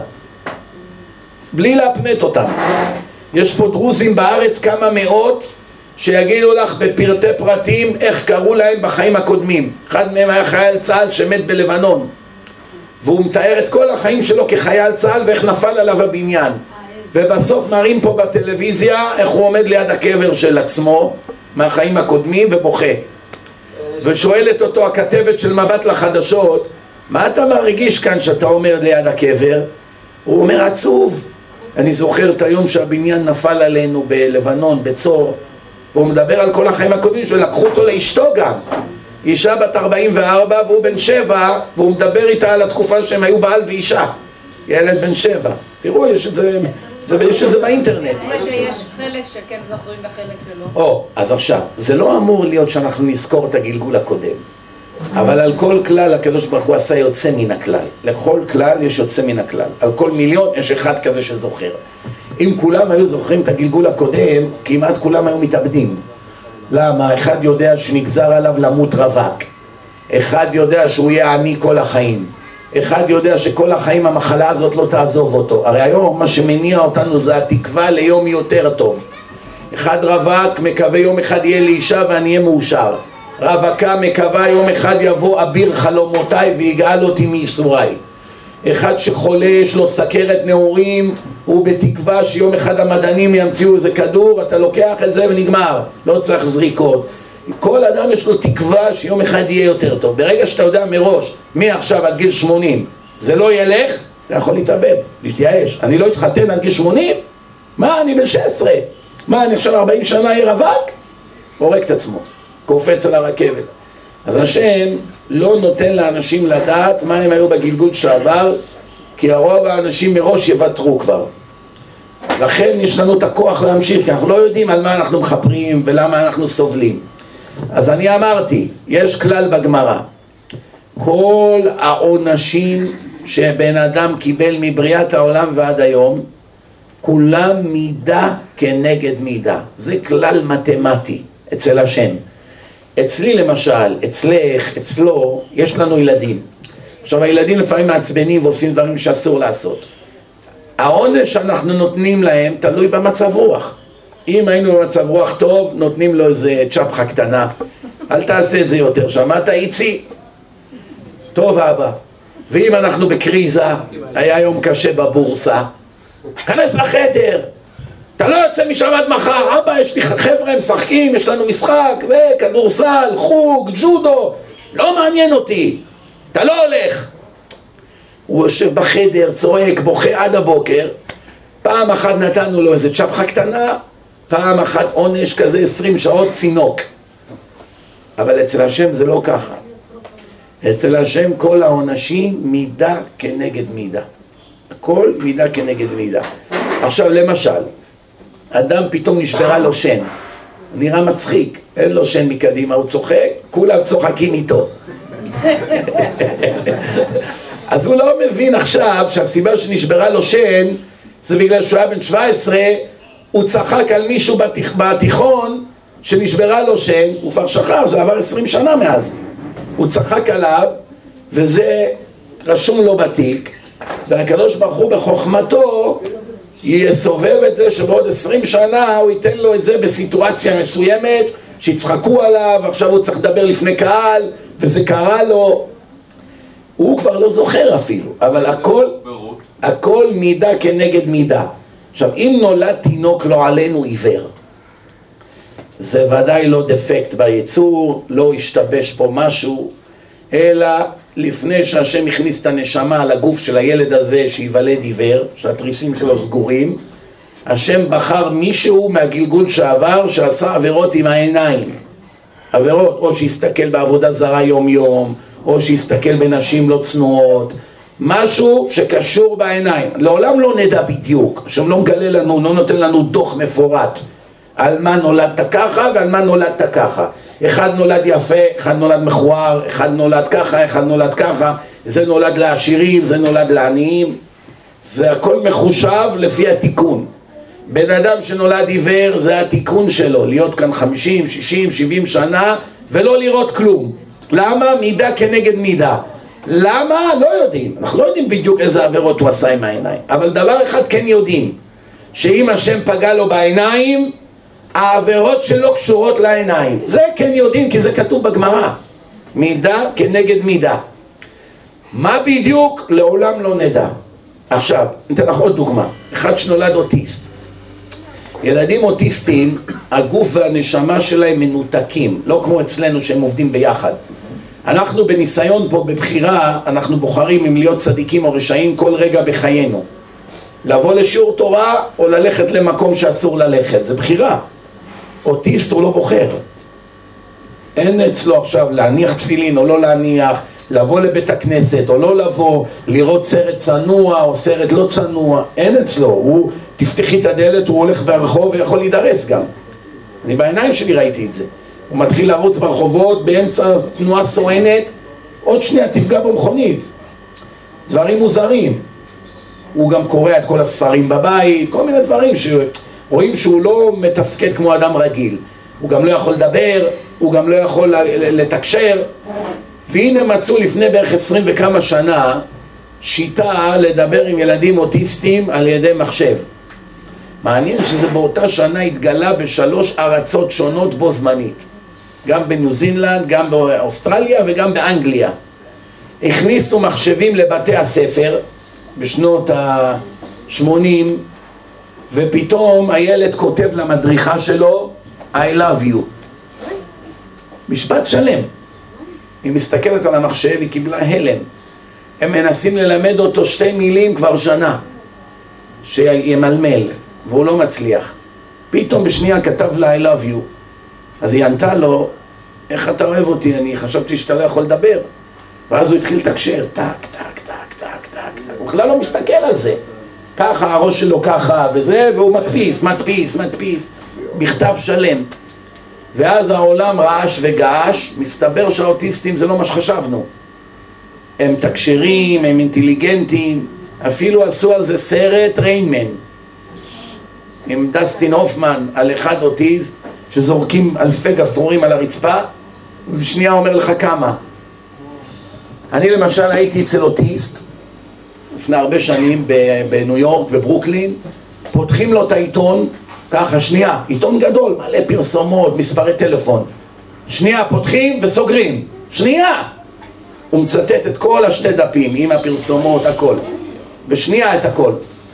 בלי להפנט אותם. יש פה דרוזים בארץ כמה מאות שיגידו לך בפרטי פרטים איך קראו להם בחיים הקודמים. אחד מהם היה חייל צה"ל שמת בלבנון, והוא מתאר את כל החיים שלו כחייל צה"ל ואיך נפל עליו הבניין, ובסוף מראים פה בטלוויזיה איך הוא עומד ליד הקבר של עצמו מהחיים הקודמים ובוכה. ושואלת אותו הכתבת של מבט לחדשות, מה אתה מרגיש כאן שאתה עומד ליד הקבר? הוא אומר, עצוב. אני זוכר את היום שהבניין נפל עלינו בלבנון, בצור. והוא מדבר על כל החיים הקודמים שלקחו אותו לאשתו גם, אישה בת ארבעים וארבע והוא בן שבע, והוא מדבר איתה על התקופה שהם היו בעל ואישה, ילד בן שבע. תראו, יש את זה, זה, יש את זה באינטרנט. שיש חלק שכן זוכרים וחלק שלא. או, אז עכשיו, זה לא אמור להיות שאנחנו נזכור את הגלגול הקודם, אבל על כל כלל הקדוש ברוך הוא עשה יוצא מן הכלל. לכל כלל יש יוצא מן הכלל, על כל מיליון יש אחד כזה שזוכר. אם כולם היו זוכרים את הגלגול הקודם, כמעט כולם היו מתאבדים. למה? אחד יודע שנגזר עליו למות רווק, אחד יודע שהוא יהיה עני כל החיים, אחד יודע שכל החיים המחלה הזאת לא תעזוב אותו. הרי היום מה שמניע אותנו זה התקווה ליום יותר טוב. אחד רווק מקווה יום אחד יהיה לי אישה ואני אהיה מאושר, רווקה מקווה יום אחד יבוא אביר חלומותיי ויגאל אותי מייסוריי. אחד שחולה יש לו סכרת נעורים, הוא בתקווה שיום אחד המדענים ימציאו איזה כדור, אתה לוקח את זה ונגמר, לא צריך זריקות. כל אדם יש לו תקווה שיום אחד יהיה יותר טוב. ברגע שאתה יודע מראש מעכשיו עד גיל שמונים זה לא ילך, אתה יכול להתאבד, להתייאש. אני לא אתחתן עד גיל שמונים? מה, אני בן שש עשרה, מה, אני עכשיו ארבעים שנה יהיה רווק? הורג את עצמו, קופץ על הרכבת. אז השם לא נותן לאנשים לדעת מה הם היו בגלגול שעבר, כי הרוב האנשים מראש יוותרו כבר. לכן יש לנו את הכוח להמשיך, כי אנחנו לא יודעים על מה אנחנו מחפרים ולמה אנחנו סובלים. אז אני אמרתי, יש כלל בגמרא, כל העונשים שבן אדם קיבל מבריאת העולם ועד היום, כולם מידה כנגד מידה. זה כלל מתמטי אצל השם. אצלי למשל, אצלך, אצלו, יש לנו ילדים. עכשיו הילדים לפעמים מעצבנים ועושים דברים שאסור לעשות. העונש שאנחנו נותנים להם תלוי במצב רוח. אם היינו במצב רוח טוב, נותנים לו איזה צ'פחה קטנה, אל תעשה את זה יותר, שמעת איצי? טוב אבא. ואם אנחנו בקריזה, היה יום קשה בבורסה, כנס לחדר, אתה לא יוצא משם עד מחר, אבא יש לי חבר'ה משחקים, יש לנו משחק, זה, כדורסל, חוג, ג'ודו, לא מעניין אותי, אתה לא הולך. הוא יושב בחדר, צועק, בוכה עד הבוקר. פעם אחת נתנו לו איזה צ'פחה קטנה, פעם אחת עונש כזה עשרים שעות צינוק. אבל אצל השם זה לא ככה. אצל השם כל העונשים מידה כנגד מידה, הכל מידה כנגד מידה. עכשיו למשל, אדם פתאום נשברה לו שן, נראה מצחיק, אין לו שן מקדימה, הוא צוחק, כולם צוחקים איתו. אז הוא לא מבין עכשיו שהסיבה שנשברה לו שן זה בגלל שהוא היה בן שבע עשרה, הוא צחק על מישהו בתיכ... בתיכון שנשברה לו שן, הוא כבר שכח, זה עבר עשרים שנה מאז, הוא צחק עליו וזה רשום לו בתיק, והקדוש ברוך הוא בחוכמתו יסובב את זה שבעוד עשרים שנה הוא ייתן לו את זה בסיטואציה מסוימת שיצחקו עליו, עכשיו הוא צריך לדבר לפני קהל וזה קרה לו, הוא כבר לא זוכר אפילו, אבל הכל, הכל מידה כנגד מידה. עכשיו אם נולד תינוק לא עלינו עיוור, זה ודאי לא דפקט ביצור, לא השתבש פה משהו, אלא לפני שהשם הכניס את הנשמה לגוף של הילד הזה שיוולד עיוור, שהתריסים שלו סגורים, השם בחר מישהו מהגלגול שעבר שעשה עבירות עם העיניים, עבירות או שיסתכל בעבודה זרה יום יום, או שיסתכל בנשים לא צנועות, משהו שקשור בעיניים. לעולם לא נדע בדיוק, השם לא מגלה לנו, לא נותן לנו דוח מפורט על מה נולדת ככה ועל מה נולדת ככה. אחד נולד יפה, אחד נולד מכוער, אחד נולד ככה, אחד נולד ככה, זה נולד לעשירים, זה נולד לעניים, זה הכל מחושב לפי התיקון. בן אדם שנולד עיוור זה התיקון שלו, להיות כאן חמישים, שישים, שבעים שנה ולא לראות כלום. למה? מידה כנגד מידה. למה? לא יודעים. אנחנו לא יודעים בדיוק איזה עבירות הוא עשה עם העיניים. אבל דבר אחד כן יודעים, שאם השם פגע לו בעיניים, העבירות שלו קשורות לעיניים. זה כן יודעים, כי זה כתוב בגמרא. מידה כנגד מידה. מה בדיוק? לעולם לא נדע. עכשיו, ניתן לך עוד דוגמה. אחד שנולד אוטיסט. ילדים אוטיסטים, הגוף והנשמה שלהם מנותקים, לא כמו אצלנו שהם עובדים ביחד. אנחנו בניסיון פה, בבחירה, אנחנו בוחרים אם להיות צדיקים או רשעים כל רגע בחיינו. לבוא לשיעור תורה או ללכת למקום שאסור ללכת, זה בחירה. אוטיסט הוא לא בוחר. אין אצלו עכשיו להניח תפילין או לא להניח, לבוא לבית הכנסת או לא לבוא, לראות סרט צנוע או סרט לא צנוע, אין אצלו. הוא, תפתחי את הדלת, הוא הולך ברחוב ויכול להידרס גם. אני בעיניים שלי ראיתי את זה. הוא מתחיל לרוץ ברחובות באמצע תנועה סואנת, עוד שנייה תפגע במכונית. דברים מוזרים. הוא גם קורא את כל הספרים בבית, כל מיני דברים שרואים שהוא לא מתפקד כמו אדם רגיל. הוא גם לא יכול לדבר, הוא גם לא יכול לתקשר. והנה מצאו לפני בערך עשרים וכמה שנה שיטה לדבר עם ילדים אוטיסטים על ידי מחשב. מעניין שזה באותה שנה התגלה בשלוש ארצות שונות בו זמנית. גם בניו זינלנד, גם באוסטרליה וגם באנגליה. הכניסו מחשבים לבתי הספר בשנות ה-שמונים, ופתאום הילד כותב למדריכה שלו I love you. משפט שלם. היא מסתכלת על המחשב, היא קיבלה הלם. הם מנסים ללמד אותו שתי מילים כבר שנה, שימלמל, והוא לא מצליח. פתאום בשנייה כתב לה I love you. אז היא ענתה לו, איך אתה אוהב אותי? אני חשבתי שאתה לא יכול לדבר. ואז הוא התחיל לתקשר, טק, טק, טק, טק, טק. הוא בכלל לא מסתכל על זה. ככה, הראש שלו ככה, וזה, והוא מדפיס, מדפיס, מדפיס. מכתב שלם. ואז העולם רעש וגעש, מסתבר שהאוטיסטים זה לא מה שחשבנו. הם תקשרים, הם אינטליגנטים, אפילו עשו על זה סרט ריינמן. עם דסטין הופמן על אחד אוטיסט, שזורקים אלפי גפרורים על הרצפה, ובשנייה אומר לך כמה. אני למשל הייתי אצל אוטיסט, לפני הרבה שנים בניו יורק, בברוקלין, פותחים לו את העיתון, ככה, שנייה, עיתון גדול, מלא פרסומות, מספרי טלפון. שנייה, פותחים וסוגרים. שנייה! הוא מצטט את כל השתי דפים, עם הפרסומות, הכל. בשנייה את הכל.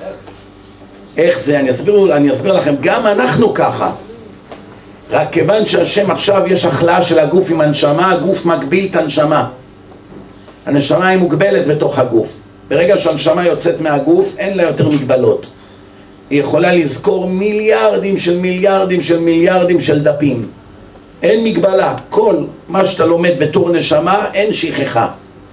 איך זה? אני אסביר, אני אסביר לכם, גם אנחנו ככה. רק כיוון שהשם עכשיו יש החלאה של הגוף עם הנשמה, הגוף מגביל את הנשמה. הנשמה היא מוגבלת בתוך הגוף. ברגע שהנשמה יוצאת מהגוף, אין לה יותר מגבלות. היא יכולה לזכור מיליארדים של מיליארדים של מיליארדים של דפים. אין מגבלה. כל מה שאתה לומד בתור נשמה, אין שכחה.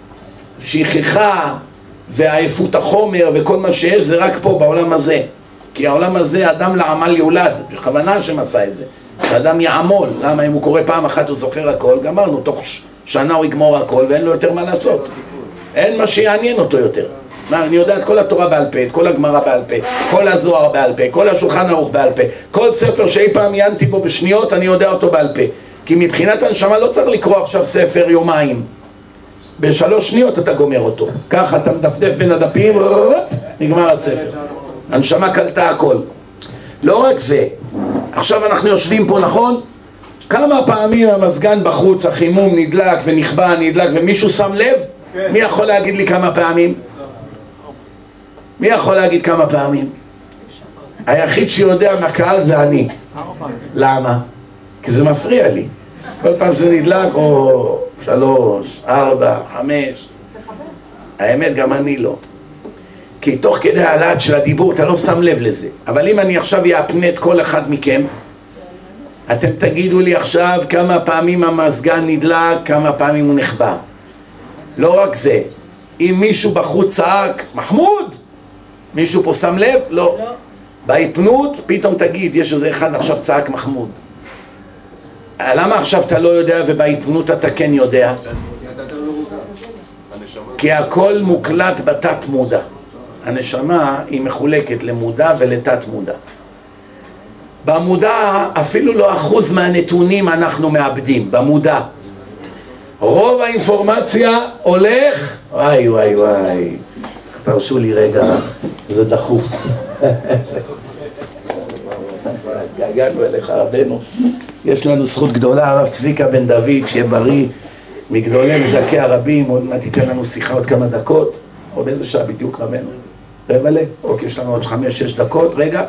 שכחה ועייפות החומר וכל מה שיש זה רק פה בעולם הזה. כי העולם הזה, אדם לעמל יולד. בכוונה שהם עשה את זה. האדם יעמול. למה? אם הוא קורא פעם אחת הוא זוכר הכל, גמרנו, תוך שנה הוא יגמור הכל ואין לו יותר מה לעשות. אין מה שיעניין אותו יותר. מה, אני יודע את כל התורה בעל פה, את כל הגמרא בעל פה, כל הזוהר בעל פה, כל השולחן ערוך בעל פה, כל ספר שאי פעם עיינתי בו בשניות, אני יודע אותו בעל פה. כי מבחינת הנשמה לא צריך לקרוא עכשיו ספר יומיים. בשלוש שניות אתה גומר אותו. ככה אתה מדפדף בין הדפים, נגמר הספר. הנשמה קלטה הכל. לא רק זה, עכשיו אנחנו יושבים פה, נכון? כמה פעמים המזגן בחוץ, החימום נדלק ונכבה, נדלק, ומישהו שם לב? מי יכול להגיד לי כמה פעמים? מי יכול להגיד כמה פעמים? היחיד שיודע מהקהל זה אני. למה? כי זה מפריע לי. כל פעם זה נדלק, או שלוש, ארבע, חמש. האמת, גם אני לא. כי תוך כדי העלאת של הדיבור אתה לא שם לב לזה. אבל אם אני עכשיו יאפנה את כל אחד מכם, אתם תגידו לי עכשיו כמה פעמים המזגן נדלק, כמה פעמים הוא נחבא. לא רק זה, אם מישהו בחוץ צעק, מחמוד! מישהו פה שם לב? לא. לא. בהיפנות, פתאום תגיד, יש איזה אחד עכשיו צעק מחמוד. למה עכשיו אתה לא יודע ובהיפנות אתה כן יודע? כי הכל מוקלט בתת מודע. הנשמה היא מחולקת למודע ולתת מודע. במודע אפילו לא אחוז מהנתונים אנחנו מאבדים, במודע. רוב האינפורמציה הולך, וואי וואי וואי, תרשו לי רגע, זה דחוף. געגענו אליך רבנו. יש לנו זכות גדולה, הרב צביקה בן דוד, שיהיה בריא, מגדולי מזכי הרבים. עוד מעט תיתן לנו שיחה עוד כמה דקות. עוד איזה שעה בדיוק רבנו? רבע לה? אוקיי, יש לנו עוד חמש, שש דקות, רגע.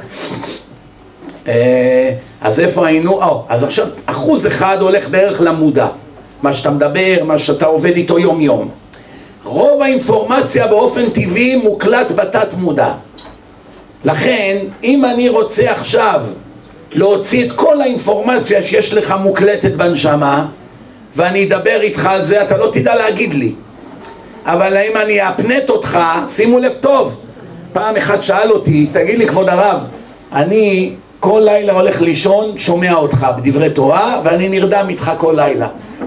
אז איפה היינו? אז עכשיו אחוז אחד הולך בערך למודע, מה שאתה מדבר, מה שאתה עובד איתו יום יום. רוב האינפורמציה באופן טבעי מוקלט בתת מודע. לכן אם אני רוצה עכשיו להוציא את כל האינפורמציה שיש לך מוקלטת בנשמה ואני אדבר איתך על זה, אתה לא תדע להגיד לי. אבל אם אני אפנט אותך, שימו לב טוב, פעם אחד שאל אותי, תגיד לי כבוד הרב, אני כל לילה הולך לישון, שומע אותך בדברי תורה, ואני נרדם איתך כל לילה.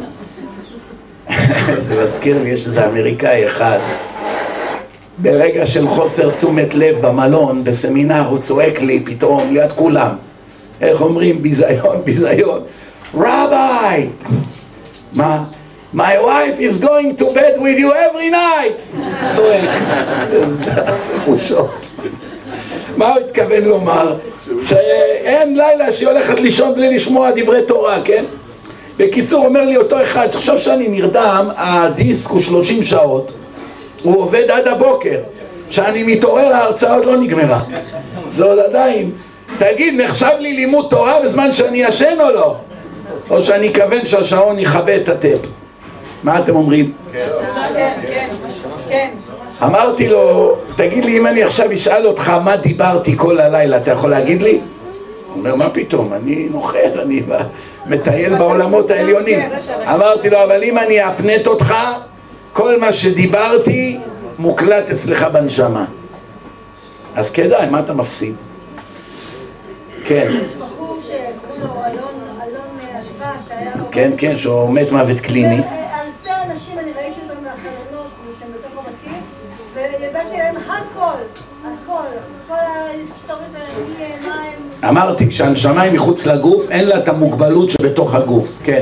זה מזכיר לי, יש איזה אמריקאי אחד, ברגע של חוסר תשומת לב במלון, בסמינר, הוא צועק לי פתאום, ליד כולם. איך אומרים? ביזיון, ביזיון. רבי! מה? My wife is going to bed with you every night! צועק. הוא שוב. מה הוא התכוון לומר? שאין לילה שהיא הולכת לישון בלי לשמוע דברי תורה, כן? בקיצור, אומר לי אותו אחד, עכשיו שאני נרדם, הדיסק הוא שלושים שעות, הוא עובד עד הבוקר. כשאני מתעורר, ההרצאה עוד לא נגמרה. זה עוד עדיין. תגיד, נחשב לי לימוד תורה בזמן שאני ישן או לא? או שאני אכוון שהשעון יכבה את הטפ? מה אתם אומרים? כן, כן, כן. אמרתי לו, תגיד לי, אם אני עכשיו אשאל אותך מה דיברתי כל הלילה, אתה יכול להגיד לי? הוא אומר, מה פתאום? אני נוחל, אני מטייל בעולמות העליונים. אמרתי לו, אבל אם אני אפנט אותך, כל מה שדיברתי מוקלט אצלך בנשמה. אז כדאי, מה אתה מפסיד? כן. יש בחור שקוראים לו אלון אשבה, שהיה לו... כן, כן, שהוא מת מוות קליני. אלפי אנשים, אני ראיתי אותם מהחלונות, שהם בתוך הבתים, וידעתי להם הכל, הכל, כל ההיסטוריה שלהם, מה הם... אמרתי, כשהנשמה היא מחוץ לגוף, אין לה את המוגבלות שבתוך הגוף, כן.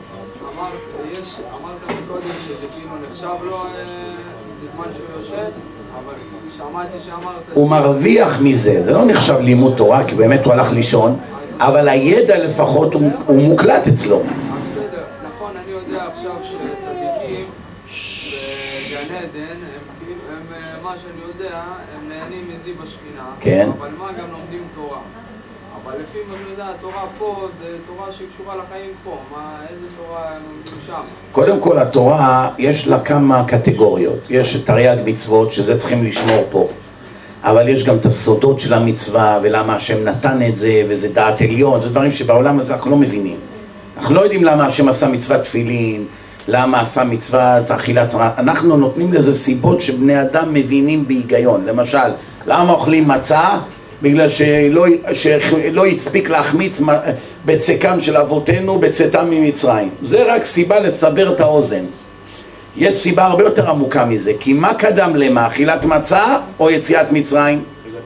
אמרת מקודם שזה כאילו נחשב לו בזמן שהוא יושב, אבל שמעתי שאמרת... הוא מרוויח מזה, זה לא נחשב לימוד תורה, כי באמת הוא הלך לישון, אבל הידע לפחות הוא, הוא מוקלט אצלו. בסדר, נכון, אני יודע עכשיו שצדיקים בגן עדן, הם, מה שאני יודע, הם נהנים מזיו השכינה, כן. אבל מה, גם לומדים תורה. אבל לפי מה שאני יודע, התורה פה זה תורה שקשורה לחיים פה, מה, איזה תורה הם לומדים שם? קודם כל, התורה יש לה כמה קטגוריות. יש את תרי"ג מצוות, שזה צריכים לשמור פה. אבל יש גם את הסודות של המצווה, ולמה השם נתן את זה, וזה דעת עליון, זה דברים שבעולם הזה אנחנו לא מבינים. אנחנו לא יודעים למה השם עשה מצוות תפילין, למה עשה מצוות אכילת... אנחנו נותנים לזה סיבות שבני אדם מבינים בהיגיון. למשל, למה אוכלים מצה? בגלל שלא, שלא יספיק להחמיץ בצקם של אבותינו בצאתם ממצרים. זה רק סיבה לסבר את האוזן. יש סיבה הרבה יותר עמוקה מזה, כי מה קדם למה? אכילת מצה או יציאת מצרים?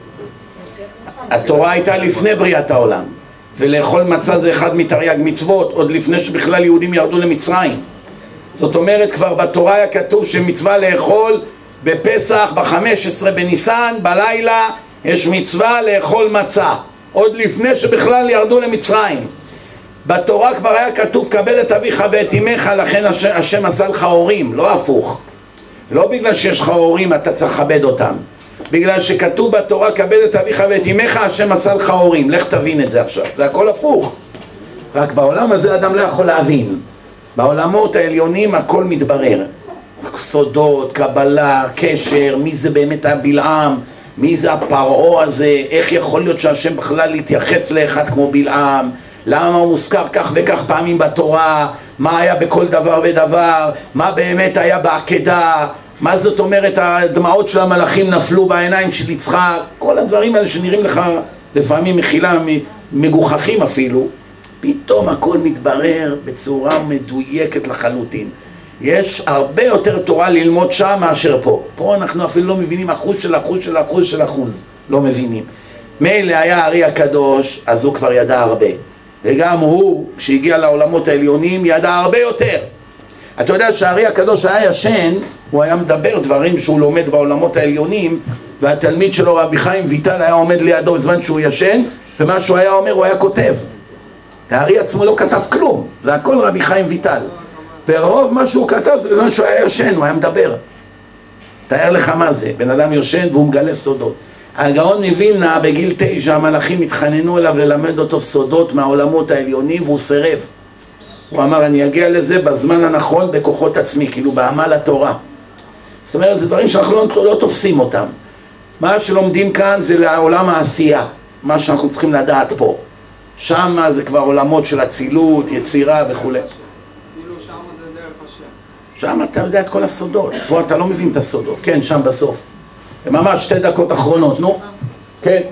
התורה הייתה לפני בריאת העולם, ולאכול מצה זה אחד מתרי"ג מצוות, עוד לפני שבכלל יהודים ירדו למצרים. זאת אומרת, כבר בתורה היה כתוב שמצווה לאכול בפסח, ב-חמש עשרה בניסן, בלילה, יש מצווה לאכול מצה, עוד לפני שבכלל ירדו למצרים. בתורה כבר היה כתוב, קבל את אביך ואת אמך, לכן השם עשה לך הורים, לא הפוך. לא בגלל שיש לך הורים אתה צריך לכבד אותם, בגלל שכתוב בתורה, קבל את אביך ואת אמך, השם עשה לך הורים. לך תבין את זה עכשיו, זה הכל הפוך. רק בעולם הזה אדם לא יכול להבין. בעולמות העליונים הכל מתברר. סודות, קבלה, קשר, מי זה באמת הבלעם, מי זה הפרעה הזה, איך יכול להיות שהשם בכלל להתייחס לאחד כמו בלעם, למה הוא מוזכר כך וכך פעמים בתורה, מה היה בכל דבר ודבר, מה באמת היה בעקדה, מה זאת אומרת הדמעות של המלאכים נפלו בעיניים של יצחק, כל הדברים האלה שנראים לך לפעמים מחילה מגוחכים אפילו, פתאום הכל מתברר בצורה מדויקת לחלוטין. יש הרבה יותר תורה ללמוד שם מאשר פה. פה אנחנו אפילו לא מבינים אחוז של אחוז של אחוז של אחוז, לא מבינים. מילא היה הארי הקדוש, אז הוא כבר ידע הרבה. וגם הוא, כשהגיע לעולמות העליונים, ידע הרבה יותר. אתה יודע שהארי הקדוש היה ישן, הוא היה מדבר דברים שהוא לומד בעולמות העליונים, והתלמיד שלו רבי חיים ויטל היה עומד לידו בזמן שהוא ישן, ומה שהוא היה אומר הוא היה כותב. הארי עצמו לא כתב כלום, זה הכל רבי חיים ויטל. ורוב מה שהוא כתב זה בזמן שהוא היה ישן, הוא היה מדבר. תאר לך מה זה, בן אדם יושן והוא מגלה סודות. הגאון מווילנה בגיל תשע המלאכים התחננו אליו ללמד אותו סודות מהעולמות העליונים והוא סירב. הוא אמר אני אגיע לזה בזמן הנכון בכוחות עצמי, כאילו בעמל התורה. זאת אומרת זה דברים שאנחנו לא, לא תופסים אותם. מה שלומדים כאן זה לעולם העשייה, מה שאנחנו צריכים לדעת פה. שם זה כבר עולמות של אצילות, יצירה וכו'. כאילו שם זה דרך השם. שם אתה יודע את כל הסודות, פה אתה לא מבין את הסודות. כן, שם בסוף. ממש שתי דקות אחרונות, נו. כן. נגיד,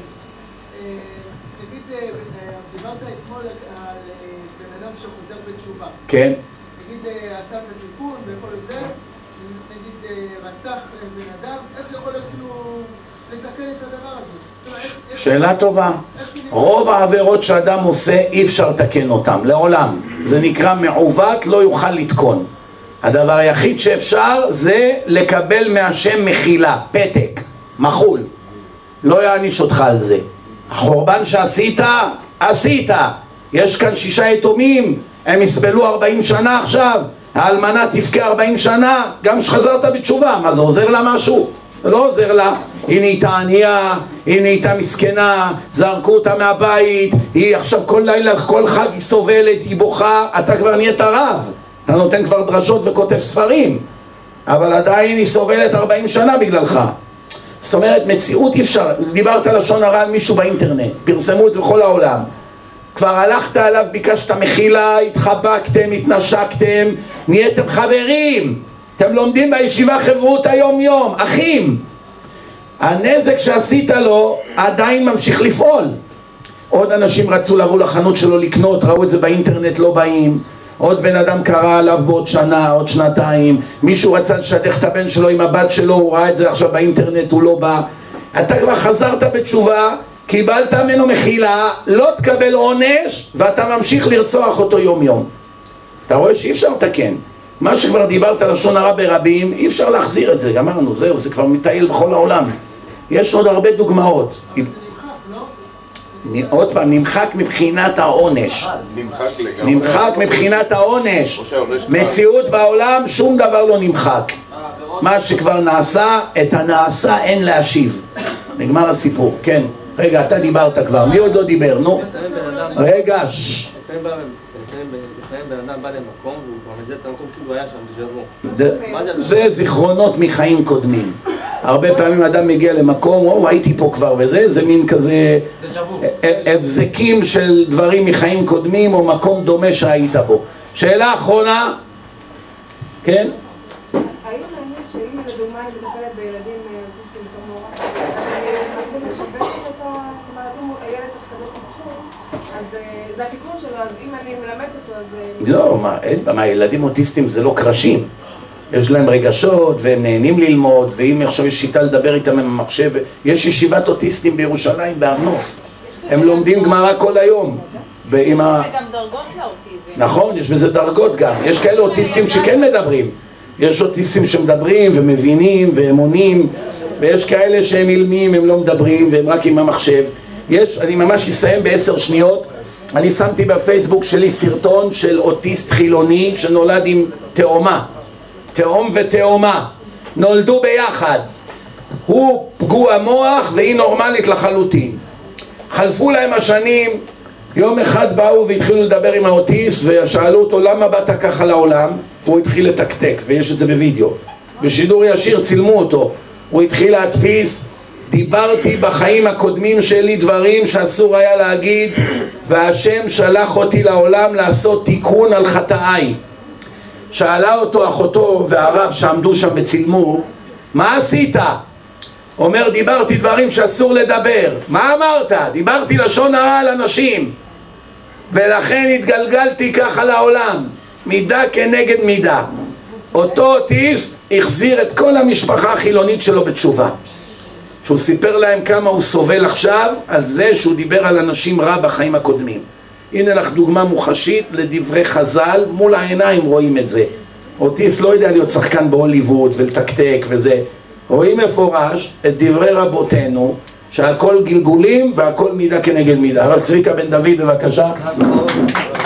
דיברת אתמול על בן אדם שחוזר בתשובה. כן. נגיד, עשה את התיקון וכל זה, נגיד, רצח בן אדם, איך יכול כאילו לתקן את הדבר הזה? שאלה טובה. רוב העבירות שאדם עושה אי אפשר לתקן אותם, לעולם. זה נקרא מעוות, לא יוכל לתקון. הדבר היחיד שאפשר זה לקבל מהשם מחילה, פתק, מחול. לא יעניש אותך על זה. החורבן שעשית, עשית. יש כאן שישה יתומים, הם יסבלו ארבעים שנה עכשיו, האלמנה תבכה ארבעים שנה, גם שחזרת בתשובה, מה זה עוזר לה משהו? זה לא עוזר לה. היא נהייתה ענייה, היא נהייתה מסכנה, זרקו אותה מהבית, היא עכשיו כל לילה, כל חג היא סובלת, היא בוכה, אתה כבר נהיית רב. אתה נותן כבר דרשות וכותב ספרים, אבל עדיין היא סובלת ארבעים שנה בגללך. זאת אומרת, מציאות אי אפשר. דיברת לשון הרע על מישהו באינטרנט, פרסמו את זה בכל העולם. כבר הלכת עליו, ביקשת מחילה, התחבקתם, התנשקתם, נהייתם חברים. אתם לומדים בישיבה חברות היום יום, אחים. הנזק שעשית לו עדיין ממשיך לפעול. עוד אנשים רצו לבוא לחנות שלו לקנות, ראו את זה באינטרנט, לא באים. עוד בן אדם קרא עליו בעוד שנה, עוד שנתיים, מישהו רצה לשדך את הבן שלו עם הבת שלו, הוא ראה את זה עכשיו באינטרנט, הוא לא בא. אתה כבר חזרת בתשובה, קיבלת ממנו מחילה, לא תקבל עונש, ואתה ממשיך לרצוח אותו יום יום. אתה רואה שאי אפשר לתקן. מה שכבר דיברת לשון הרע ברבים, אי אפשר להחזיר את זה, גמרנו, זהו, זה כבר מטייל בכל העולם. יש עוד הרבה דוגמאות. עוד פעם, נמחק מבחינת העונש. נמחק מבחינת העונש. מציאות בעולם, שום דבר לא נמחק. מה שכבר נעשה, את הנעשה אין להשיב. נגמר הסיפור, כן. רגע, אתה דיברת כבר, מי עוד לא דיבר? נו. רגע, ששש. לפעמים בן אדם בא למקום והוא כבר מזהה את המקום כאילו היה שם דז'ה וו. זה זיכרונות מחיים קודמים. הרבה פעמים אדם מגיע למקום, או הייתי פה כבר וזה, זה מין כזה הבזקים של דברים מחיים קודמים או מקום דומה שהיית בו. שאלה אחרונה, כן? האם מעניין שאם לדוגמה אני מטפלת בילדים אוטיסטים בתור מורה, אז אני מנסה לשבץ אותה, זאת אומרת אם הילד צריך לקבל תקשור, אז זה התיקון שלו, אז אם אני מלמדת אותו אז... לא, מה, אין, מה, ילדים אוטיסטים זה לא קרשים. יש להם רגשות והם נהנים ללמוד, ואם עכשיו יש שיטה לדבר איתם עם המחשב, יש ישיבת אוטיסטים בירושלים בהר נוף, הם לומדים גמרא כל היום. יש בזה גם דרגות לאוטיזם. נכון, יש בזה דרגות גם. יש כאלה אוטיסטים שכן מדברים, יש אוטיסטים שמדברים ומבינים והם עונים, ויש כאלה שהם אילמים, הם לא מדברים והם רק עם המחשב. יש, אני ממש אסיים בעשר שניות. אני שמתי בפייסבוק שלי סרטון של אוטיסט חילוני שנולד עם תאומה, תאום ותאומה, נולדו ביחד. הוא פגוע מוח והיא נורמלית לחלוטין. חלפו להם השנים, יום אחד באו והתחילו לדבר עם האוטיסט ושאלו אותו למה באת ככה לעולם? הוא התחיל לתקתק ויש את זה בווידאו, בשידור ישיר צילמו אותו. הוא התחיל להדפיס, דיברתי בחיים הקודמים שלי דברים שאסור היה להגיד, והשם שלח אותי לעולם לעשות תיקון על חטאיי. שאלה אותו אחותו והרב שעמדו שם וצילמו, מה עשית? אומר, דיברתי דברים שאסור לדבר. מה אמרת? דיברתי לשון הרע על אנשים, ולכן התגלגלתי ככה לעולם. מידה כנגד מידה. אותו אוטיסט החזיר את כל המשפחה החילונית שלו בתשובה. שהוא סיפר להם כמה הוא סובל עכשיו על זה שהוא דיבר על אנשים רע בחיים הקודמים. הנה לך דוגמה מוחשית לדברי חז"ל, מול העיניים רואים את זה. אוטיסט לא יודע להיות שחקן בהוליווד ולתקתק וזה. רואים מפורש את דברי רבותינו, שהכל גלגולים והכל מידה כנגד מידה. הרב צביקה בן דוד, בבקשה.